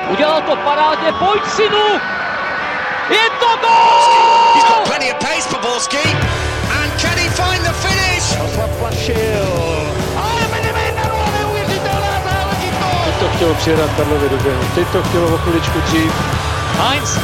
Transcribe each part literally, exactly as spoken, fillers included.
Udělal to parádně, pojď synu! Je to gól! He's got plenty of pace for Borski. And can he find the finish? Zaplašil. Ale Benevenero, neuvěřitelná záležitost! Teď to chtělo přijedat Karlovi do běhu, teď to chtělo o chviličku dřív. Heinz.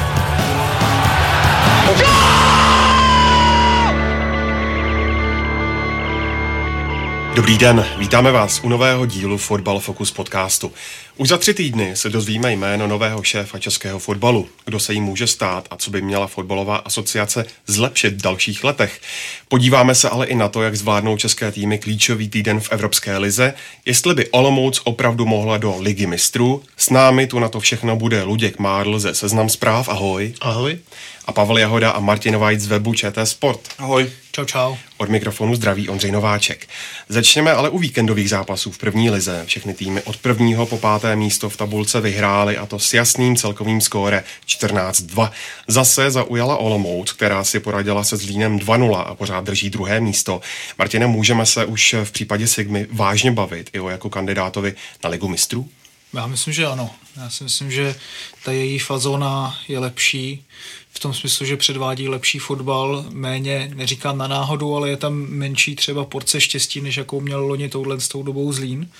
Dobrý den, vítáme vás u nového dílu Fotbal Focus podcastu. Už za tři týdny se dozvíme jméno nového šéfa českého fotbalu, kdo se jim může stát a co by měla fotbalová asociace zlepšit v dalších letech. Podíváme se ale i na to, jak zvládnou české týmy klíčový týden v Evropské lize, jestli by Olomouc opravdu mohla do Ligy mistrů. S námi tu na to všechno bude Luděk Mádl ze Seznam Zpráv, ahoj. Ahoj. A Pavel Jahoda a Martin Vajc z webu ČT Sport. Ahoj. Čau, čau. Od mikrofonu zdraví Ondřej Nováček. Začněme ale u víkendových zápasů v první lize. Všechny týmy od prvního po páté místo v tabulce vyhrály, a to s jasným celkovým skóre čtrnáct dva. Zase zaujala Olomouc, která si poradila se Zlínem dva nula a pořád drží druhé místo. Martine, můžeme se už v případě Sigmy vážně bavit i o jako kandidátovi na Ligu mistrů? Já myslím, že ano. Já si myslím, že ta její fazona je lepší v tom smyslu, že předvádí lepší fotbal, méně, neříkám na náhodu, ale je tam menší třeba porce štěstí, než jakou měl loni touhle s tou dobou Zlín.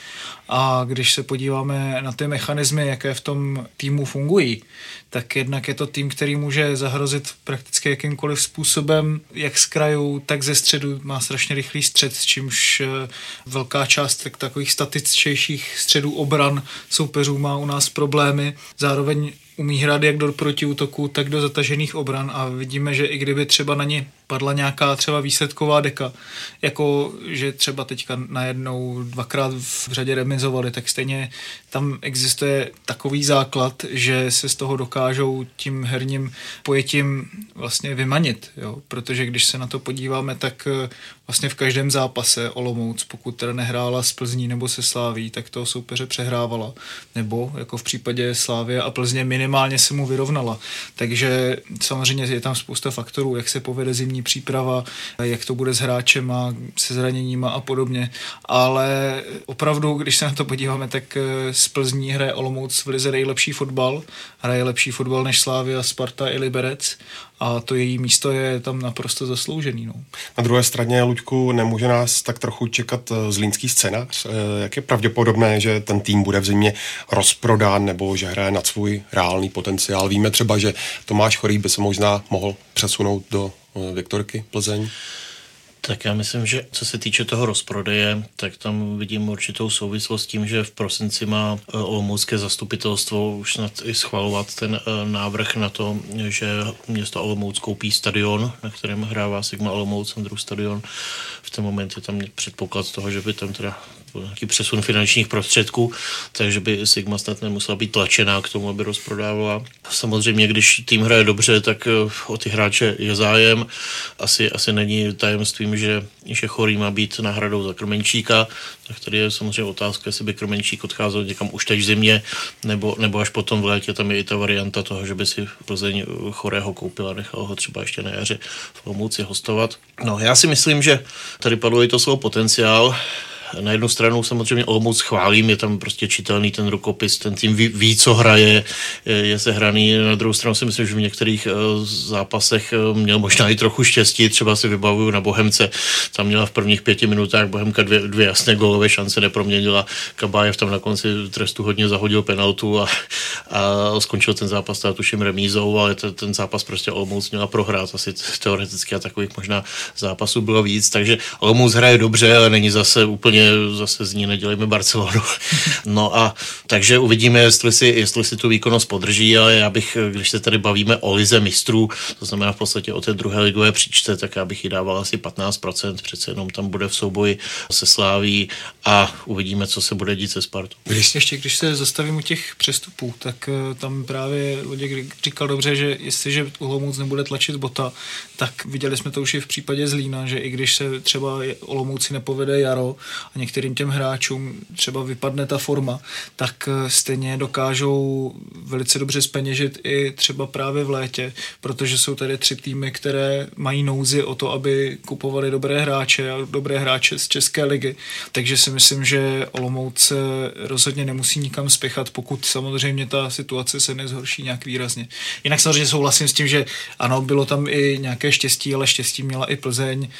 A když se podíváme na ty mechanismy, jaké v tom týmu fungují, tak jednak je to tým, který může zahrozit prakticky jakýmkoliv způsobem, jak z krajů, tak ze středu. Má strašně rychlý střed, s čímž velká část takových statičtějších středů obran soupeřů má u nás problémy. Zároveň umí hrát jak do protiútoku, tak do zatažených obran a vidíme, že i kdyby třeba na ně padla nějaká třeba výsledková deka, jako že třeba teďka najednou dvakrát v řadě remizovali, tak stejně tam existuje takový základ, že se z toho dokážou tím herním pojetím vlastně vymanit, jo? Protože když se na to podíváme, tak vlastně v každém zápase Olomouc, pokud teda nehrála s Plzní nebo se Sláví, tak toho soupeře přehrávala, nebo jako v případě Slávie a Plzně minimálně se mu vyrovnala. Takže samozřejmě je tam spousta faktorů, jak se povede zimní příprava, jak to bude s hráčem a se zraněníma a podobně. Ale opravdu, když se na to podíváme, tak z Plzní hraje Olomouc v lize nejlepší fotbal, hraje lepší fotbal než Slavia, Sparta i Liberec a to její místo je tam naprosto zasloužený. No. Na druhé straně, Luďku, nemůže nás tak trochu čekat zlínský scénář? Jak je pravděpodobné, že ten tým bude v zimě rozprodán nebo že hraje nad svůj reálný potenciál? Víme třeba, že Tomáš Chorý by se možná mohl přesunout do Viktorky Plzeň. Tak já myslím, že co se týče toho rozprodeje, tak tam vidím určitou souvislost s tím, že v prosinci má olomoucké zastupitelstvo už snad i schvalovat ten návrh na to, že město Olomouc koupí stadion, na kterém hrává Sigma Olomouc, Andrew stadion. V ten moment je tam předpoklad toho, že by tam teda byl nějaký přesun finančních prostředků, takže by Sigma snad nemusela být tlačená k tomu, aby rozprodávala. Samozřejmě, když tým hraje dobře, tak o ty hráče je zájem. Asi, asi není tajemstvím, že, že Chorý má být náhradou za Krmenčíka, tak tady je samozřejmě otázka, jestli by Krmenčík odcházel někam už teď v zimě, nebo, nebo až potom v létě. Tam je i ta varianta toho, že by si Plzeň Chorého koupila a nechal ho třeba ještě na jaře v Olomouci hostovat. No, já si myslím, že tady padlo i to slovo potenciál. Na jednu stranu samozřejmě Olomouc chválím, je tam prostě čitelný ten rukopis, ten tým ví, ví co hraje, je sehraný. Na druhou stranu si myslím, že v některých zápasech měl možná i trochu štěstí, třeba si vybavuju na Bohemce, tam měla v prvních pěti minutách Bohemka dvě, dvě jasné gólové šance, neproměnila. Kabájev tam na konci trestu hodně zahodil penaltu a, a skončil ten zápas teda tuším remízou, ale ten, ten zápas prostě Olomouc měla prohrát, asi teoreticky a takových možná zápasů bylo víc, takže Olomouc hraje dobře, ale není zase úplně zase z ní nedělejme Barcelonu. No a takže uvidíme, jestli si, jestli si tu výkonnost podrží, ale já bych, když se tady bavíme o lize mistrů, to znamená v podstatě o té druhé ligové příčce, tak já bych jí dával asi patnáct procent, přece jenom tam bude v souboji se Sláví a uvidíme, co se bude dít se Spartou. Když ještě, když se zastavím u těch přestupů, tak tam právě Luděk říkal dobře, že jestliže Olomouc nebude tlačit Bota, tak viděli jsme to už i v případě Zlína, že i když se třeba Olomouci nepovede jaro a některým těm hráčům třeba vypadne ta forma, tak stejně dokážou velice dobře zpeněžit i třeba právě v létě, protože jsou tady tři týmy, které mají nouzi o to, aby kupovali dobré hráče a dobré hráče z České ligy. Takže si myslím, že Olomouc rozhodně nemusí nikam spěchat, pokud samozřejmě ta ta situace se nezhorší nějak výrazně. Jinak samozřejmě souhlasím s tím, že ano, bylo tam i nějaké štěstí, ale štěstí měla i Plzeň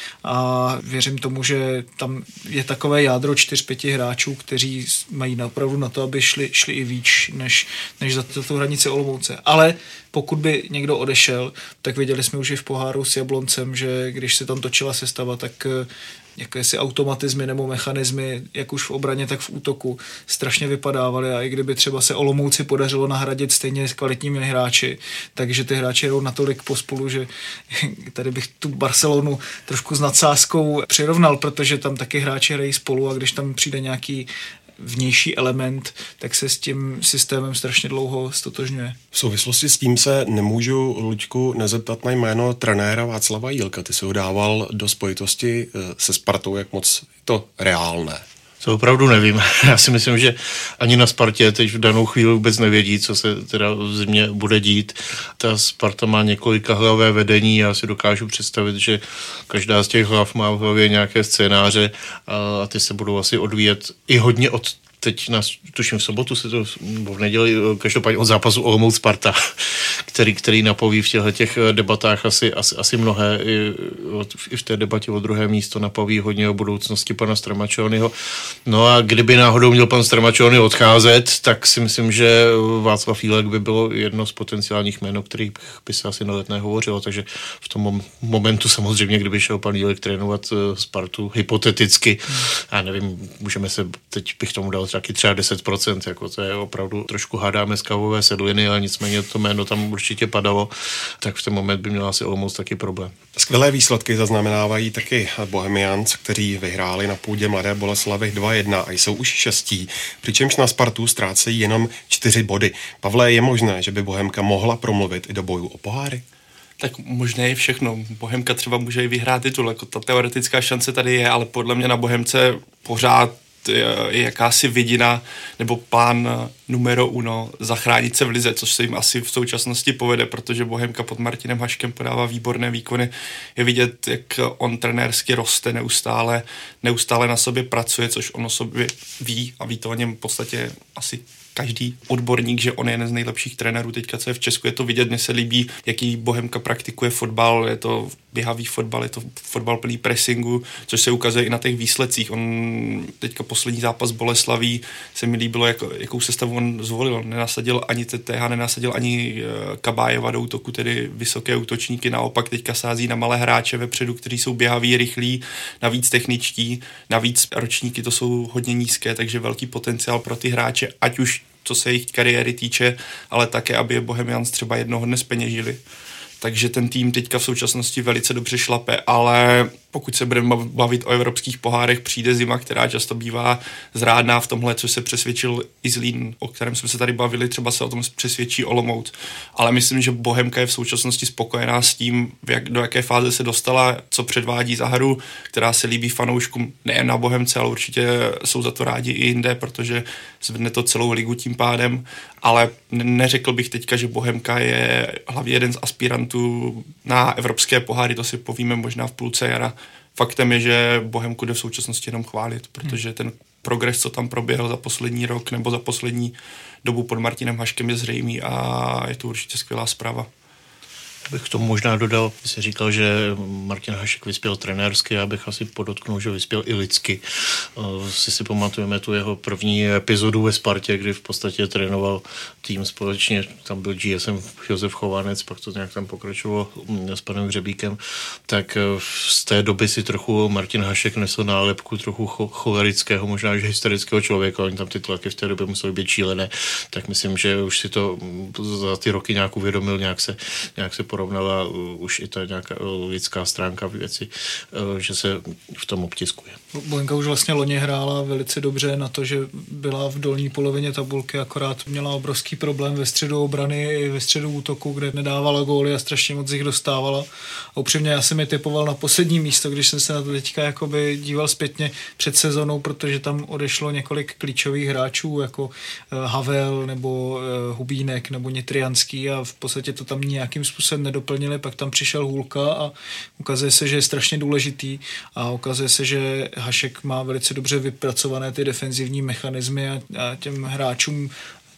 a věřím tomu, že tam je takové jádro čtyř, pěti hráčů, kteří mají opravdu na to, aby šli, šli i víc, než, než za tu hranici Olomouce. Ale pokud by někdo odešel, tak viděli jsme už i v poháru s Jabloncem, že když se tam točila sestava, tak jakési automatizmy nebo mechanismy, jak už v obraně, tak v útoku, strašně vypadávaly a i kdyby třeba se Olomouci podařilo nahradit stejně s kvalitními hráči, takže ty hráči jdou natolik pospolu, že tady bych tu Barcelonu trošku s nadsázkou přirovnal, protože tam taky hráči hrají spolu a když tam přijde nějaký vnější element, tak se s tím systémem strašně dlouho stotožňuje. V souvislosti s tím se nemůžu, Luďku, nezeptat na jméno trenéra Václava Jílka. Ty jsi ho dával do spojitosti se Spartou, jak moc je to reálné? To opravdu nevím. Já si myslím, že ani na Spartě teď v danou chvíli vůbec nevědí, co se teda v zimě bude dít. Ta Sparta má několika hlavé vedení, já si dokážu představit, že každá z těch hlav má v hlavě nějaké scénáře a ty se budou asi odvíjet i hodně od teď nás, tuším v sobotu se to, nebo v neděli, každopádně od zápasu Olomouc Sparta, který, který napoví v těchto těch debatách asi, asi, asi mnohé, i, i v té debatě o druhé místo napoví hodně o budoucnosti pana Stramačonyho. No a kdyby náhodou měl pan Stramačony odcházet, tak si myslím, že Václav Jílek by bylo jedno z potenciálních jmen, o kterých by se asi na Letné hovořilo, takže v tom momentu samozřejmě, kdyby šel pan Jílek trénovat Spartu hypoteticky, hmm. já nevím, můžeme se, teď bych tomu dal taky třeba deset procent, jako to je opravdu trošku hádáme z kávové sedliny, ale nicméně to jméno tam určitě padalo, tak v ten moment by měl asi Olomouc taky problém. Skvělé výsledky zaznamenávají taky Bohemians, kteří vyhráli na půdě Mladé Boleslavi dva jedna a jsou už šestí, přičemž na Spartu ztrácejí jenom čtyři body. Pavle, je možné, že by Bohemka mohla promluvit i do bojů o poháry? Tak možné je všechno. Bohemka třeba může i vyhrát titul, jako ta teoretická šance tady je, ale podle mě na Bohemce pořád je jakási vidina nebo plán numero uno zachránit se v lize, což se jim asi v současnosti povede, protože Bohemka pod Martinem Haškem podává výborné výkony. Je vidět, jak on trenérsky roste neustále, neustále na sobě pracuje, což on o sobě ví a ví to o něm v podstatě asi každý odborník, že on je jeden z nejlepších trenérů teďka, co je v Česku. Je to vidět, mně se líbí, jaký Bohemka praktikuje fotbal, je to běhavý fotbal, je to fotbal plný pressingu, což se ukazuje i na těch výsledcích. On teďka poslední zápas Boleslaví se mi líbilo, jak, jakou sestavu on zvolil. Nenasadil ani T T H, nenasadil ani Kabájeva do útoku, tedy vysoké útočníky, naopak teďka sází na malé hráče vepředu, kteří jsou běhaví, rychlí, navíc techničtí, navíc ročníky to jsou hodně nízké, takže velký potenciál pro ty hráče, ať už co se jejich kariéry týče, ale také, aby je Bohemians třeba jednoho dne zpeněžili. Takže ten tým teďka v současnosti velice dobře šlape, ale pokud se budeme bavit o evropských pohárech, přijde zima, která často bývá zrádná v tomhle, co se přesvědčil i Zlín, o kterém jsme se tady bavili, třeba se o tom přesvědčí Olomouc. Ale myslím, že Bohemka je v současnosti spokojená s tím, jak, do jaké fáze se dostala, co předvádí za hru, která se líbí fanouškům nejen na Bohemce, ale určitě jsou za to rádi i jinde, protože zvedne to celou ligu tím pádem. Ale neřekl bych teďka, že Bohemka je hlavně jeden z aspirantů na evropské poháry, to si povíme možná v půlce jara. Faktem je, že Bohemku jde v současnosti jenom chválit, protože ten progres, co tam proběhl za poslední rok nebo za poslední dobu pod Martinem Haškem, je zřejmý a je to určitě skvělá zpráva. Bych k tomu možná dodal, jsi říkal, že Martin Hašek vyspěl trenérsky, já bych asi podotknul, že vyspěl i lidsky. Si si pamatujeme tu jeho první epizodu ve Spartě, kdy v podstatě trénoval tým společně, tam byl G S M Josef Chovanec, pak to nějak tam pokračovalo s panem Hřebíkem, tak z té doby si trochu Martin Hašek nesl nálepku trochu cholerického, možná že hysterického člověka, oni tam ty tlaky v té době museli být šílené, tak myslím, že už si to za ty roky nějak uvědomil, nějak se, nějak se porovnala už i ta nějaká lidská stránka věci, že se v tom obtiskuje. Bohemka už vlastně loni hrála velice dobře na to, že byla v dolní polovině tabulky, akorát měla obrovský problém ve středu obrany i ve středu útoku, kde nedávala góly a strašně moc jich dostávala. A upřímně já jsem je typoval na poslední místo, když jsem se na to teďka jakoby díval zpětně před sezónou, protože tam odešlo několik klíčových hráčů, jako Havel nebo Hubínek nebo Nitrianský a v podstatě to tam nějakým způsobem nedoplnili, pak tam přišel Hůlka a ukazuje se, že je strašně důležitý a ukazuje se, že Hašek má velice dobře vypracované ty defenzivní mechanismy a, a těm hráčům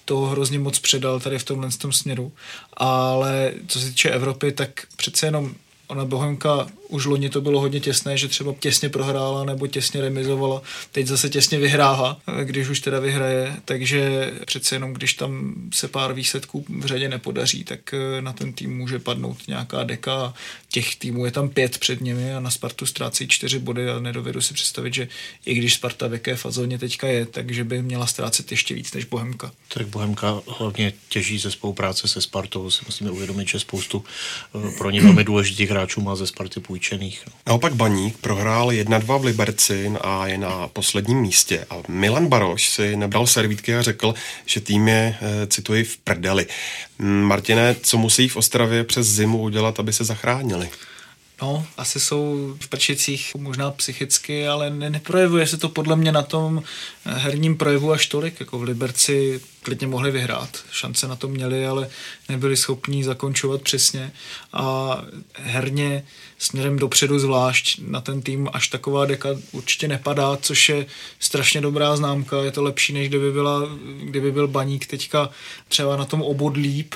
toho hrozně moc předal tady v tomhle tom směru. Ale co se týče Evropy, tak přece jenom ona Bohemka, už loni to bylo hodně těsné, že třeba těsně prohrála nebo těsně remizovala, teď zase těsně vyhrává, když už teda vyhraje, takže přece jenom, když tam se pár výsledků v řadě nepodaří, tak na ten tým může padnout nějaká deka. Těch týmů je tam pět před nimi a na Spartu ztrácí čtyři body a nedovedu si představit, že i když Sparta v jaké fazóně teďka je, takže by měla ztrácet ještě víc než Bohemka. Tak Bohemka hlavně těží ze spolupráce se Spartou, si musíme uvědomit, že spoustu pro ně velmi důležitých hráčů má ze Sparty půjčených. No. Naopak Baník prohrál jedna dva v Liberci a je na posledním místě. A Milan Baroš si nebral servítky a řekl, že tým je, cituji, v prdeli. Martine, co musí v Ostravě přes zimu udělat, aby se zachránili? No, asi jsou v prčicích možná psychicky, ale ne, neprojevuje se to podle mě na tom herním projevu až tolik, jako v Liberci klidně mohli vyhrát. Šance na to měli, ale nebyli schopní zakončovat přesně a herně směrem dopředu zvlášť na ten tým až taková deka určitě nepadá, což je strašně dobrá známka. Je to lepší, než kdyby, byla, kdyby byl Baník teďka třeba na tom obod líp,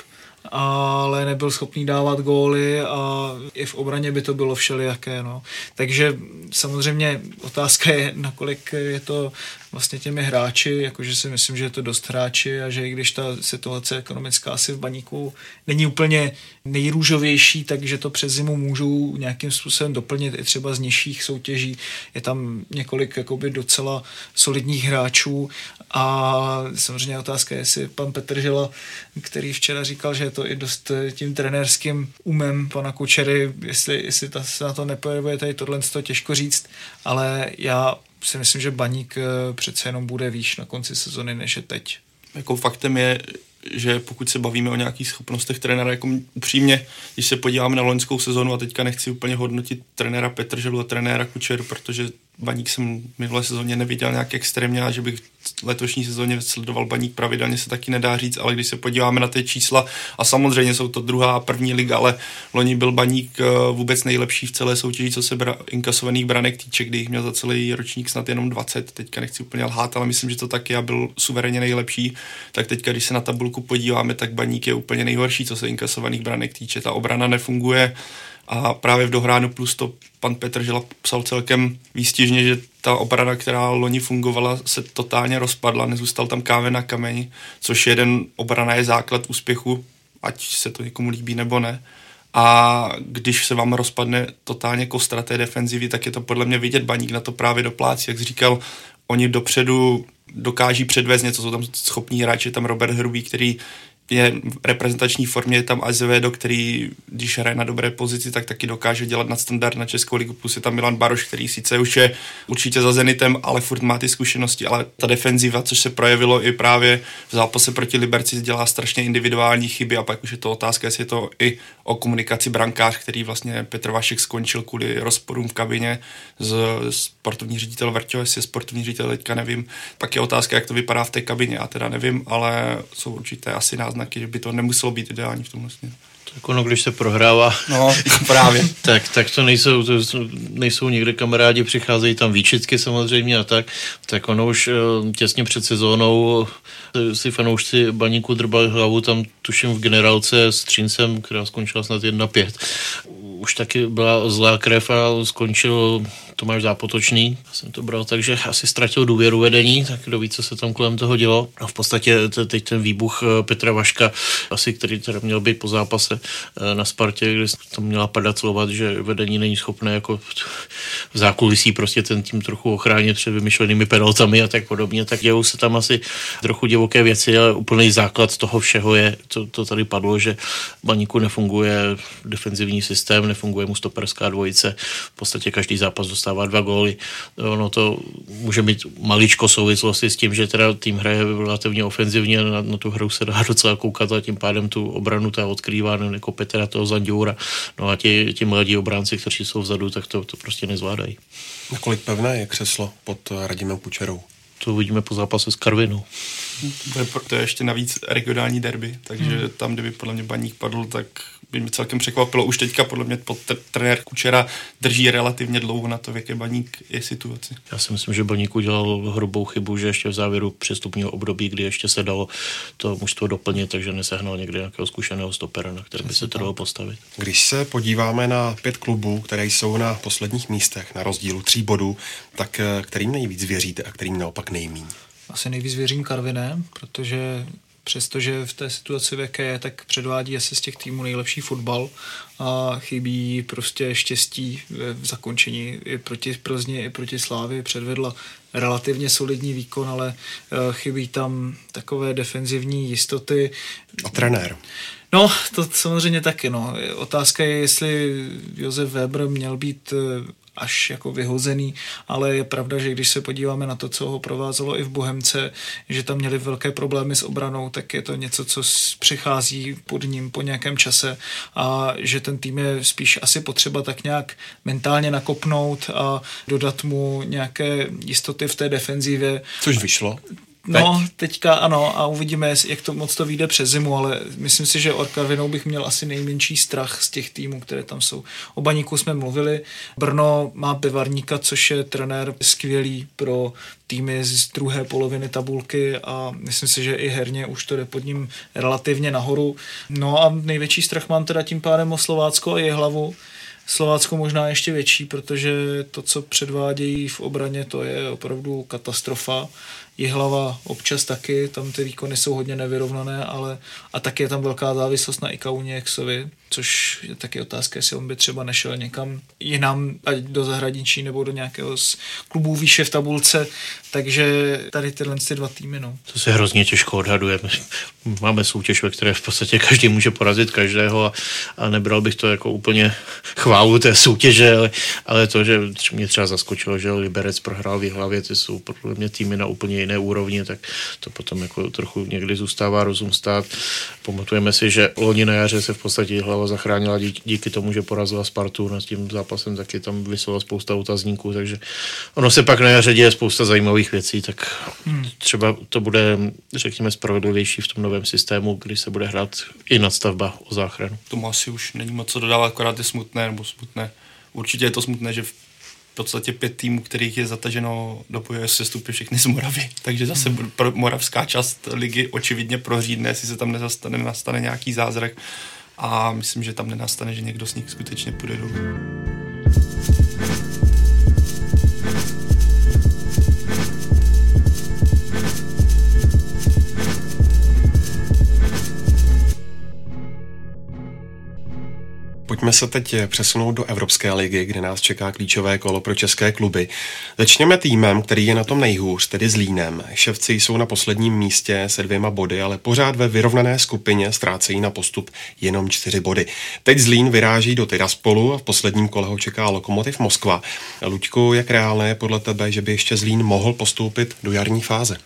ale nebyl schopný dávat góly a i v obraně by to bylo všelijaké. No. Takže samozřejmě otázka je, nakolik je to vlastně těmi hráči, jakože si myslím, že je to dost hráči a že i když ta situace ekonomická asi v Baníku není úplně nejrůžovější, takže to přes zimu můžou nějakým způsobem doplnit i třeba z nižších soutěží. Je tam několik jakoby docela solidních hráčů a samozřejmě otázka je, jestli pan Petržela, který včera říkal, že je to i dost tím trenérským umem pana Kučery, jestli, jestli ta, se na to nepojevuje, tady tohle to těžko říct, ale já si myslím, že Baník přece jenom bude výš na konci sezony, než je teď. Jako faktem je, že pokud se bavíme o nějakých schopnostech trenéra, jako upřímně, když se podíváme na loňskou sezonu a teďka nechci úplně hodnotit trenéra Petrželu a trenéra Kučeru, protože Baník jsem minulé sezóně neviděl nějak extrémně a že bych letošní sezóně sledoval Baník pravidelně, se taky nedá říct, ale když se podíváme na ty čísla, a samozřejmě jsou to druhá a první liga, ale loni byl Baník vůbec nejlepší v celé soutěži, co se bra, inkasovaných branek týče, kdy jich měl za celý ročník snad jenom dvacet, teďka nechci úplně lhát, ale myslím, že to taky a byl suverénně nejlepší, tak teďka, když se na tabulku podíváme, tak Baník je úplně nejhorší, co se inkasovaných branek týče, ta obrana nefunguje. A právě v Dohránu plus to pan Petržela psal celkem výstižně, že ta obrana, která loni fungovala, se totálně rozpadla, nezůstal tam kámen na kameň, což jeden obrana je základ úspěchu, ať se to někomu líbí nebo ne. A když se vám rozpadne totálně kostra té defenzivy, tak je to podle mě vidět, Baník na to právě doplácí. Jak jsi říkal, oni dopředu dokáží předvést něco, jsou tam schopní hráči, tam Robert Hrubý, který je v reprezentační formě, je tam Azevedo, který, když hraje na dobré pozici, tak taky dokáže dělat nadstandard na Českou ligu, plus je tam Milan Baroš, který sice už je určitě za Zenitem, ale furt má ty zkušenosti, ale ta defenziva, což se projevilo i právě v zápase proti Liberci, dělá strašně individuální chyby a pak už je to otázka, jestli je to i o komunikaci brankář, který vlastně Petr Vašek skončil kvůli rozporům v kabině z sportovní ředitel Vrťo, jestli je sportovní ředitel, teďka nevím. Pak je otázka, jak to vypadá v té kabině, já teda nevím, ale jsou určité asi náznaky, že by to nemuselo být ideální v tomhle směru. Tak ono, když se prohrává, no, právě. tak, tak to nejsou, to nejsou někde kamarádi, přicházejí tam výčitky samozřejmě a tak, tak ono už těsně před sezónou si fanoušci Baníku drbali hlavu, tam tuším v generálce s Třincem, která skončila snad jedna pět. Už taky byla zlá krev a skončil Tomáš Zápotočný. Já jsem to bral, takže asi ztratil důvěru vedení, tak kdo ví, co se tam kolem toho dělo. A v podstatě teď ten výbuch Petra Vaška, asi který teda měl být po zápase na Spartě, kde tam měla padat slova, že vedení není schopné jako v zákulisí prostě ten tým trochu ochránit před vymyšlenými penaltami a tak podobně, tak dějou se tam asi trochu divoké věci, ale úplný základ toho všeho je, to, to tady padlo, že Baníku nefunguje defenzivní systém, nefunguje mu stoperská dvojice, v podstatě každý zápas dostává dva góly. Ono to může mít maličko souvislosti s tím, že teda tým hraje relativně ofenzivně, na, na tu hru se dá docela koukat a tím pádem tu obranu ta odkrývá, jako Petra toho Zanděura. No a ti, ti mladí obránci, kteří jsou vzadu, tak to, to prostě nezvládají. Nakolik pevné je křeslo pod Radimem Kučerou? To uvidíme po zápase s Karvinou. To je ještě navíc regionální derby, takže hmm. tam, kdyby podle mě Baník padl, tak by mě celkem překvapilo. Už teďka podle mě pod tr- trenér Kučera drží relativně dlouho na to, v jaké Baník je situaci. Já si myslím, že Baník udělal hrubou chybu, že ještě v závěru přestupního období, kdy ještě se dalo to mužstvo doplnit, takže nesehnal někde nějakého zkušeného stopera, na které by se to dalo postavit. Když se podíváme na pět klubů, které jsou na posledních místech, na rozdílu tří bodů, tak kterým nejvíc věříte a kterým naopak nejmíň? Asi nejvíc věřím Karviné, protože přestože v té situaci, v jaké je, tak předvádí asi z těch týmů nejlepší fotbal a chybí prostě štěstí v zakončení. I proti Plzni, i proti Slávii předvedla relativně solidní výkon, ale chybí tam takové defenzivní jistoty. A trenér? No, to samozřejmě taky, no. Otázka je, jestli Josef Weber měl být až jako vyhozený, ale je pravda, že když se podíváme na to, co ho provázelo i v Bohemce, že tam měli velké problémy s obranou, tak je to něco, co přichází pod ním po nějakém čase a že ten tým je spíš asi potřeba tak nějak mentálně nakopnout a dodat mu nějaké jistoty v té defenzivě. Což vyšlo. No, teďka ano a uvidíme, jak to moc to vyjde přes zimu, ale myslím si, že o Karvinou bych měl asi nejmenší strach z těch týmů, které tam jsou. O Baníku jsme mluvili, Brno má Bevarníka, což je trenér skvělý pro týmy z druhé poloviny tabulky a myslím si, že i herně už to jde pod ním relativně nahoru. No a největší strach mám teda tím pádem o Slovácko a Jihlavu. Slovácko možná ještě větší, protože to, co předvádějí v obraně, to je opravdu katastrofa. Jihlava občas taky, tam ty výkony jsou hodně nevyrovnané, ale a taky je tam velká závislost na Ikauně Exovi, což je taky otázka, jestli on by třeba nešel někam jinam, ať do zahraničí nebo do nějakého z klubů výše v tabulce, takže tady tyhle ty dva týmy, no. To se hrozně těžko odhaduje. Máme soutěž, ve které v podstatě každý může porazit každého a, a nebral bych to jako úplně chválu té soutěže, ale, ale to, že mě třeba zaskočilo, že Liberec prohrál v Jihlavě, ty jsou podle mě týmy na úplně jiné úrovni, tak to potom jako trochu někdy zůstává rozum stát. Pamatujeme si, že loni na jaře se v podstatě Jihlava zachránila díky, díky tomu, že porazila Spartu, na tím zápasem taky tam vysela spousta otazníků, takže ono se pak na jaře děje spousta zajímavých věcí, tak hmm. třeba to bude, řekněme, spravedlivější v tom novém systému, kdy se bude hrát i nadstavba o záchranu. Tomu asi už není moc co dodávat, akorát je smutné, nebo smutné. Určitě je to smutné, že v podstatě pět týmů, kterých je zataženo do boje sestupy všechny z Moravy. Takže zase hmm. moravská část ligy očividně prořídne, jestli se tam nezastane, nenastane nějaký zázrak a myslím, že tam nenastane, že někdo z nich skutečně půjde dolů. Pojďme se teď přesunout do Evropské ligy, kde nás čeká klíčové kolo pro české kluby. Začněme týmem, který je na tom nejhůř, tedy Zlínem. Ševci jsou na posledním místě se dvěma body, ale pořád ve vyrovnané skupině ztrácejí na postup jenom čtyři body. Teď Zlín vyráží do Tiraspolu a v posledním kole ho čeká Lokomotiv Moskva. Luďku, jak reálné je podle tebe, že by ještě Zlín mohl postoupit do jarní fáze?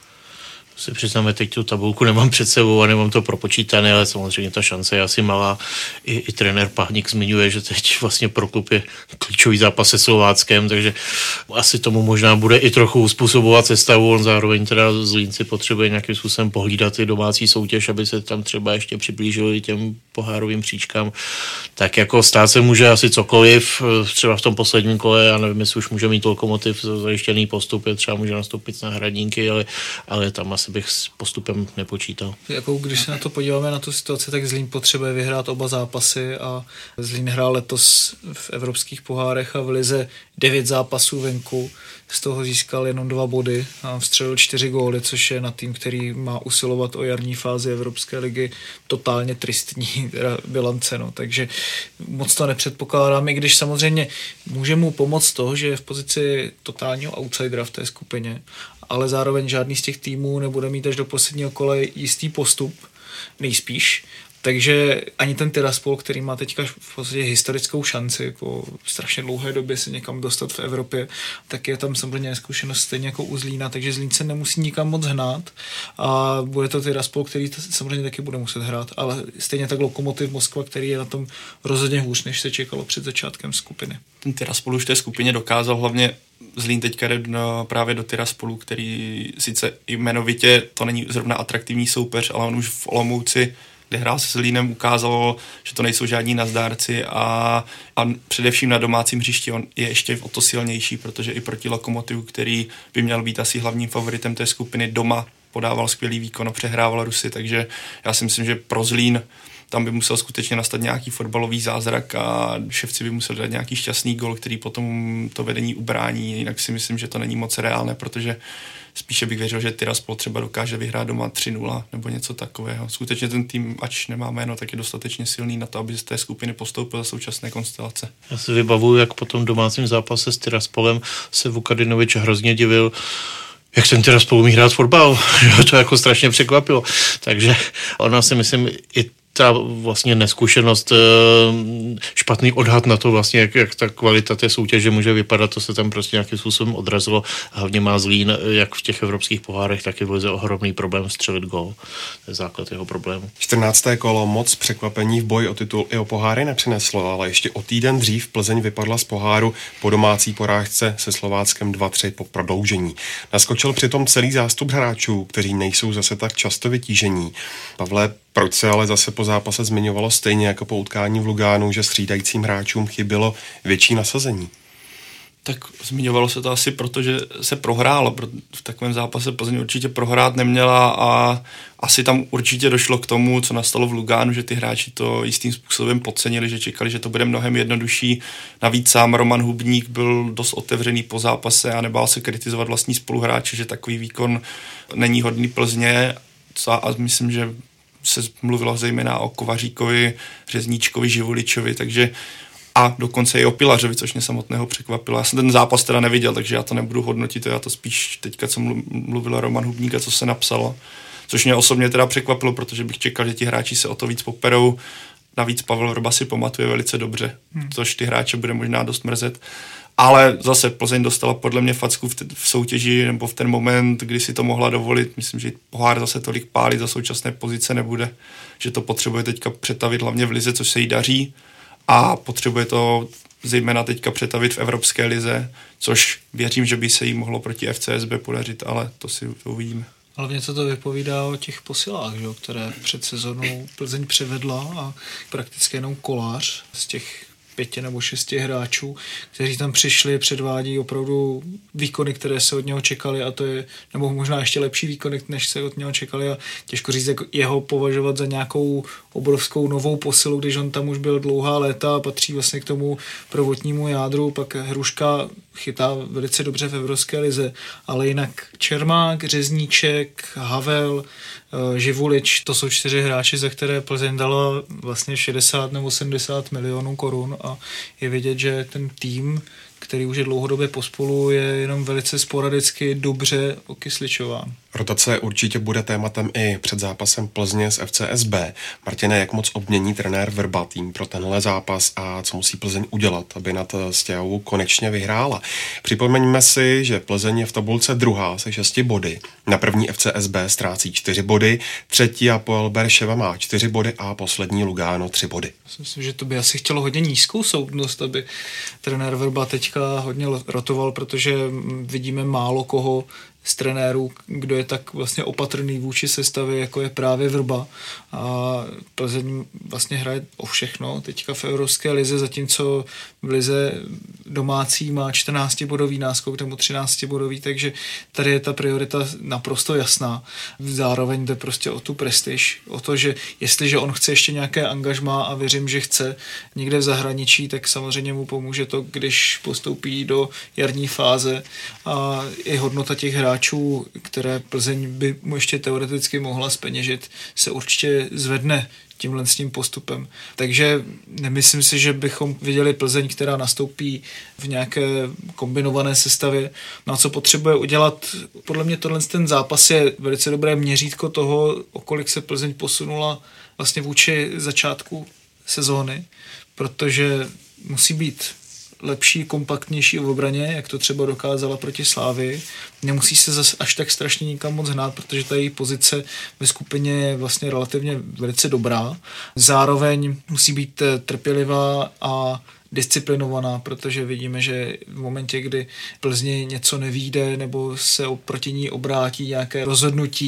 Si přiznáme, teď tu tabulku nemám před sebou a nemám to propočítané, ale samozřejmě ta šance je asi malá. I, i trenér Páhník zmiňuje, že teď vlastně pro klub je klíčový zápas se Slováckem, takže asi tomu možná bude i trochu uspůsobovat sestavu. On zároveň teda Zlínci potřebuje nějakým způsobem pohlídat i domácí soutěž, aby se tam třeba ještě přiblížili těm pohárovým příčkám. Tak jako stát se může asi cokoliv, třeba v tom posledním kole, já nevím, jestli už může mít Lokomotiv zajištěný postup, třeba může nastoupit na hradníky, ale, ale tam asi bych s postupem nepočítal. Jako když se na to podíváme na tu situaci, tak Zlín potřebuje vyhrát oba zápasy a Zlín hrál letos v evropských pohárech a v lize devět zápasů venku, z toho získal jenom dva body a vstřelil čtyři góly, což je na tým, který má usilovat o jarní fázi Evropské ligy totálně tristní bilance, no. Takže moc to nepředpokládám, i když samozřejmě může mu pomoct to, že je v pozici totálního outsidera v té skupině, ale zároveň žádný z těch týmů nebude mít až do posledního kola jistý postup, nejspíš. Takže ani ten Tiraspol, který má teďka v podstatě historickou šanci po strašně dlouhé době se někam dostat v Evropě, tak je tam samozřejmě zkušenost stejně jako u Zlína, takže Zlín se nemusí nikam moc hnát a bude to Tiraspol, který samozřejmě taky bude muset hrát, ale stejně tak Lokomotiv Moskva, který je na tom rozhodně hůř, než se čekalo před začátkem skupiny. Ten Tiraspol už v té skupině dokázal, hlavně Zlín teďka jde právě do Tiraspolu, který sice jmenovitě to není zrovna atraktivní soupeř, ale on už v Olomouci kde hrál se Zlínem, ukázalo, že to nejsou žádní nazdárci a, a především na domácím hřišti on je ještě o to silnější, protože i proti Lokomotivu, který by měl být asi hlavním favoritem té skupiny, doma podával skvělý výkon a přehrával Rusy, takže já si myslím, že pro Zlín tam by musel skutečně nastat nějaký fotbalový zázrak a ševci by museli dát nějaký šťastný gol, který potom to vedení ubrání. Jinak si myslím, že to není moc reálné, protože spíše bych věřil, že Tiraspol třeba dokáže vyhrát doma tři nula nebo něco takového. Skutečně ten tým, ač nemá jméno, tak je dostatečně silný na to, aby z té skupiny postoupil za současné konstelace. Já si vybavuju, jak po tom domácím zápase s Tiraspolem se Vukadinovič hrozně divil, jak ten Tiraspol umí hrát fotbal. To jako strašně překvapilo. Takže ona si myslím i ta vlastně neskušenost, špatný odhad na to vlastně, jak, jak ta kvalita té soutěže může vypadat, to se tam prostě nějakým způsobem odrazilo. Hlavně má Zlín, jak v těch evropských pohárech, tak i v lize ohromný problém střelit gól. To je základ jeho problému. čtrnácté kolo moc překvapení v boji o titul i o poháry nepřineslo, ale ještě o týden dřív Plzeň vypadla z poháru po domácí porážce se Slováckem dva tři po prodloužení. Naskočil přitom celý zástup hráčů, kteří nejsou zase tak často vytížení. Pavle, proč se ale zase po zápase zmiňovalo stejně jako po utkání v Lugánu, že střídajícím hráčům chybělo větší nasazení? Tak zmiňovalo se to asi proto, že se prohrálo. V takovém zápase Plzeň určitě prohrát neměla a asi tam určitě došlo k tomu, co nastalo v Lugánu, že ty hráči to jistým způsobem podcenili, že čekali, že to bude mnohem jednodušší. Navíc sám Roman Hubník byl dost otevřený po zápase a nebál se kritizovat vlastní spoluhráče, že takový výkon není hodný Plzně a myslím, že se mluvilo zejména o Kovaříkovi, Řezníčkovi, Živuličovi, takže a dokonce i o Pilařovi, což mě samotného překvapilo. Já jsem ten zápas teda neviděl, takže já to nebudu hodnotit, já to spíš teďka, co mluvil Roman Hubník a co se napsalo, což mě osobně teda překvapilo, protože bych čekal, že ti hráči se o to víc poperou. Navíc Pavel Vrba si pamatuje velice dobře, hmm. což ty hráče bude možná dost mrzet. Ale zase Plzeň dostala podle mě facku v, t- v soutěži nebo v ten moment, kdy si to mohla dovolit. Myslím, že pohár zase tolik pálit za současné pozice nebude, že to potřebuje teďka přetavit hlavně v lize, což se jí daří a potřebuje to zejména teďka přetavit v evropské lize, což věřím, že by se jí mohlo proti F C S B podařit, ale to si uvidíme. Hlavně co to vypovídá o těch posilách, že, které před sezónou Plzeň převedla a prakticky jenom Kolář z těch pěti nebo šesti hráčů, kteří tam přišli, předvádí opravdu výkony, které se od něho čekali a to je, nebo možná ještě lepší výkony, než se od něho čekali a těžko říct, jak jeho považovat za nějakou obrovskou novou posilu, když on tam už byl dlouhá léta a patří vlastně k tomu prvotnímu jádru, pak Hruška chytá velice dobře v evropské lize, ale jinak Čermák, Řezníček, Havel, Živulič, to jsou čtyři hráči, za které Plzeň dala vlastně šedesát nebo sedmdesát milionů korun a je vidět, že ten tým, který už je dlouhodobě pospolu, je jenom velice sporadicky dobře okysličován. Rotace určitě bude tématem i před zápasem Plzně s F C S B. Martine, jak moc obmění trenér Vrba tým pro tenhle zápas a co musí Plzeň udělat, aby nad Stějovou konečně vyhrála? Připomeňme si, že Plzeň je v tabulce druhá se šesti body. Na první F C S B ztrácí čtyři body, třetí Apoel Berševa má čtyři body a poslední Lugano tři body. Myslím, že to by asi chtělo hodně nízkou soudnost, aby trenér Vrba teďka hodně rotoval, protože vidíme málo koho z trenérů, kdo je tak vlastně opatrný vůči sestavě, jako je právě Vrba. A Plzeň vlastně hraje o všechno teďka v evropské lize, zatímco v lize domácí má čtrnáctibodový náskok nebo třináctibodový, takže tady je ta priorita naprosto jasná. Zároveň jde prostě o tu prestiž, o to, že jestliže on chce ještě nějaké angažmá a věřím, že chce někde v zahraničí, tak samozřejmě mu pomůže to, když postoupí do jarní fáze a i hodnota těch hráčů, které Plzeň by mu ještě teoreticky mohla zpeněžit, se určitě zvedne tímhle s tím postupem. Takže nemyslím si, že bychom viděli Plzeň, která nastoupí v nějaké kombinované sestavě. No a co potřebuje udělat? Podle mě tohle ten zápas je velice dobré měřítko toho, o kolik se Plzeň posunula vlastně vůči začátku sezóny, protože musí být lepší, kompaktnější v obraně, jak to třeba dokázala proti Slávii. Nemusí se zase až tak strašně nikam moc hnát, protože ta její pozice ve skupině je vlastně relativně velice dobrá. Zároveň musí být trpělivá a disciplinovaná, protože vidíme, že v momentě, kdy Plzni něco nevyjde nebo se proti ní obrátí nějaké rozhodnutí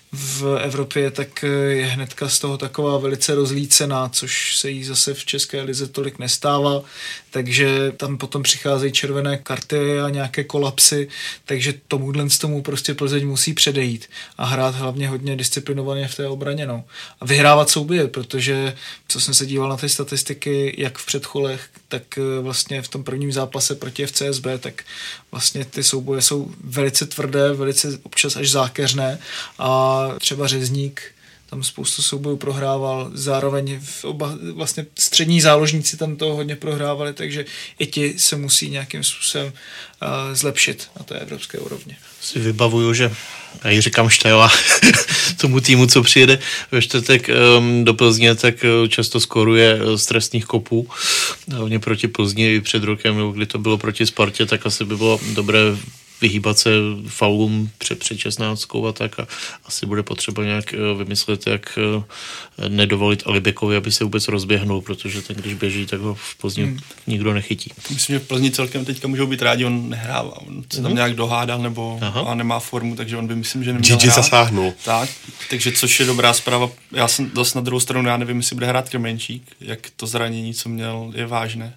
v Evropě, tak je hnedka z toho taková velice rozlícená, což se jí zase v české lize tolik nestává, takže tam potom přicházejí červené karty a nějaké kolapsy, takže tomuhle z tomu prostě Plzeň musí předejít a hrát hlavně hodně disciplinovaně v té obraně, no. A vyhrávat souboje, protože co jsem se díval na ty statistiky, jak v předcholech, tak vlastně v tom prvním zápase proti F C S B, tak vlastně ty souboje jsou velice tvrdé, velice občas až zákeřné a třeba Řezník tam spoustu soubojů prohrával, zároveň v oba, vlastně střední záložníci tam toho hodně prohrávali, takže i ti se musí nějakým způsobem uh, zlepšit na té evropské úrovni. Si vybavuju, že já ji říkám Štajla tomu týmu, co přijede ve čtvrtek um, do Plzně, tak uh, často skoruje z trestných kopů, hlavně proti Plzni i před rokem, kdy to bylo proti Spartě, tak asi by bylo dobré vyhýbat se faulům před, před šestnáctkou a tak a asi bude potřeba nějak vymyslet, jak nedovolit Alibekovi, aby se vůbec rozběhnul, protože ten, když běží, tak ho v Plzni hmm. nikdo nechytí. Myslím, že v Plzni celkem teďka můžou být rádi, on nehrává, on se tam hmm. nějak dohádal nebo a nemá formu, takže on by myslím, že neměl Gigi zasáhnul. Tak, takže což je dobrá zpráva. Já jsem zase na druhou stranu, já nevím, jestli bude hrát Krmenčík, jak to zranění, co měl, je vážné,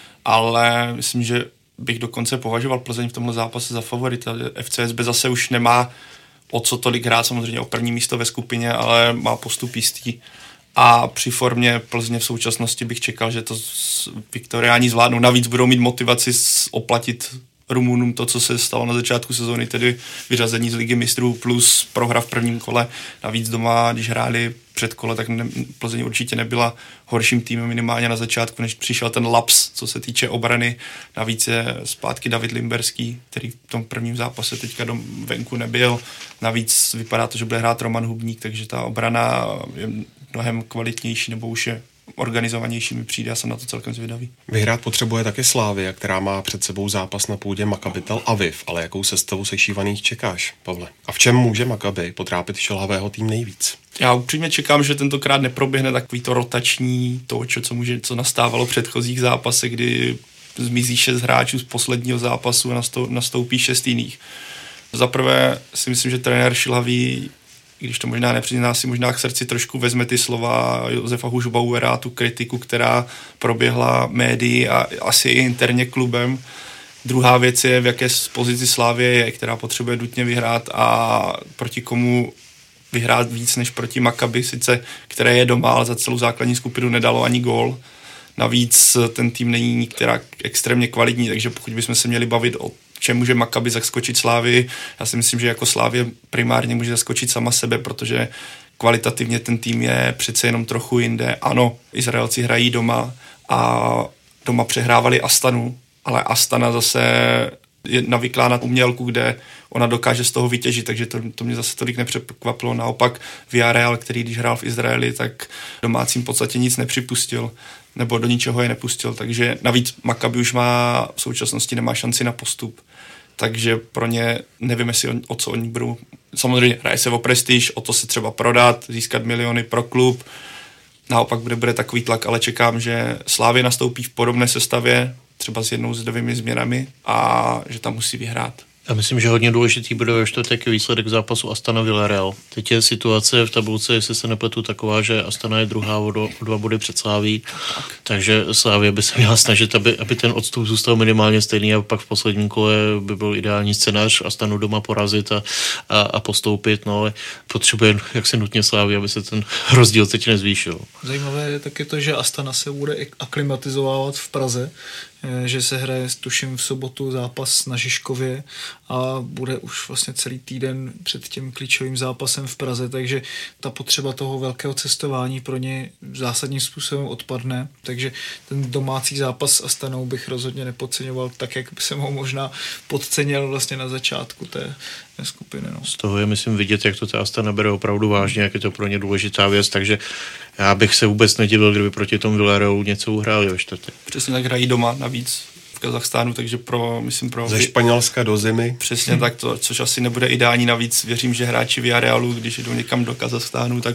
ale myslím, že bych dokonce považoval Plzeň v tomhle zápase za favorita. F C S B zase už nemá o co tolik hrát, samozřejmě o první místo ve skupině, ale má postup jistý. A při formě Plzně v současnosti bych čekal, že to Viktoriáni zvládnou. Navíc budou mít motivaci oplatit Rumunům to, co se stalo na začátku sezóny, tedy vyřazení z Ligy mistrů plus prohra v prvním kole. Navíc doma, když hráli před kole, tak ne, Plzeň určitě nebyla horším týmem minimálně na začátku, než přišel ten laps, co se týče obrany. Navíc je zpátky David Limberský, který v tom prvním zápase teďka do venku nebyl. Navíc vypadá to, že bude hrát Roman Hubník, takže ta obrana je mnohem kvalitnější, nebo už je organizovanější mi přijde, já jsem na to celkem zvědavý. Vyhrát potřebuje taky Slavia, která má před sebou zápas na půdě Maccabi Tel Aviv, ale jakou sestavu sešívaných čekáš, Pavle? A v čem může Maccabi potrápit šilhavého tým nejvíc? Já upřímně čekám, že tentokrát neproběhne takový to rotační toč, co může, co nastávalo v předchozích zápasech, kdy zmizí šest hráčů z posledního zápasu a nastoupí šest jiných. Za prvé si myslím, že trenér šilhavý, když to možná nepřizná, si možná k srdci trošku vezme ty slova Josefa Hušbauera, tu kritiku, která proběhla médii a asi i interně klubem. Druhá věc je, v jaké pozici Slavie je, která potřebuje nutně vyhrát a proti komu vyhrát víc než proti Maccabi, sice které je doma, ale za celou základní skupinu nedalo ani gól. Navíc ten tým není nikterak extrémně kvalitní, takže pokud bychom se měli bavit o čem může Maccabi zaskočit Slavii, já si myslím, že jako Slavie primárně může zaskočit sama sebe, protože kvalitativně ten tým je přece jenom trochu jinde. Ano, Izraelci hrají doma a doma přehrávali Astanu, ale Astana zase je navyklá na umělku, kde ona dokáže z toho vytěžit, takže to, to mě zase tolik nepřekvapilo. Naopak Villarreal, který když hrál v Izraeli, tak domácím v podstatě nic nepřipustil, nebo do ničeho je nepustil, takže navíc Maccabi už má v současnosti nemá šanci na postup, takže pro ně nevím, jestli on, o co oni budou. Samozřejmě hraje se o prestiž, o to se třeba prodat, získat miliony pro klub, naopak bude, bude takový tlak, ale čekám, že Slavia nastoupí v podobné sestavě, třeba s jednou s dvěmi změnami a že tam musí vyhrát. Já myslím, že hodně důležitý bude ve čtvrtek výsledek zápasu Astana Villarreal. Teď je situace v tabulce, jestli se nepletu, taková, že Astana je druhá o dva body před Slaví, tak. takže Slavia by se měla snažit, aby, aby ten odstup zůstal minimálně stejný a pak v posledním kole by byl ideální scénář Astanu doma porazit a, a, a postoupit, no ale potřebuje jak se nutně Slavia, aby se ten rozdíl teď nezvýšil. Zajímavé je taky to, že Astana se bude aklimatizovávat v Praze, že se hraje, tuším, v sobotu zápas na Žižkově a bude už vlastně celý týden před tím klíčovým zápasem v Praze, takže ta potřeba toho velkého cestování pro ně zásadním způsobem odpadne, takže ten domácí zápas s Astanou bych rozhodně nepodceňoval tak, jak by se ho možná podcenil vlastně na začátku té skupiny. No. Z toho je, myslím, vidět, jak to ta Astana bere opravdu vážně, jak je to pro ně důležitá věc, takže já bych se vůbec nedivil, kdyby proti tomu Villarrealu něco uhráli ve čtvrtek. Přesně tak, hrají doma navíc v Kazachstánu, takže pro, myslím, pro... Ze Španělska do zimy. Přesně hmm. tak, to, což asi nebude ideální, navíc věřím, že hráči Villarrealu, když jdou někam do Kazachstánu, tak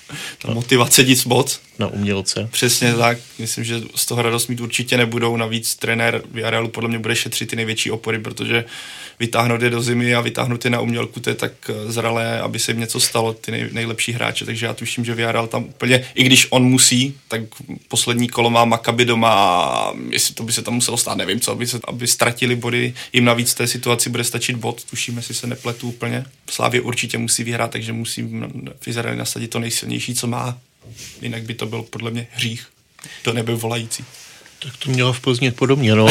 ta motivace nic moc. Na umělce. Přesně tak. Myslím, že z toho radost mít určitě nebudou. Navíc trenér Villarealu podle mě bude šetřit ty největší opory, protože vytáhnout je do zimy a vytáhnout je na umělku, to je tak zralé, aby se jim něco stalo, ty nej, nejlepší hráče. Takže já tuším, že Villareal tam úplně, i když on musí, tak poslední kolo má Maccabi doma a jestli to by se tam muselo stát, nevím co, aby, se, aby ztratili body. Jim navíc v té situaci bude stačit bod, tuším, jestli se nepletu úplně. Slávě určitě musí vyhrát, takže musí v Izraeli nasadit to nejsilnější, co má. Jinak by to byl podle mě hřích do nebe volající. Tak to mělo v Plzni podobně, no.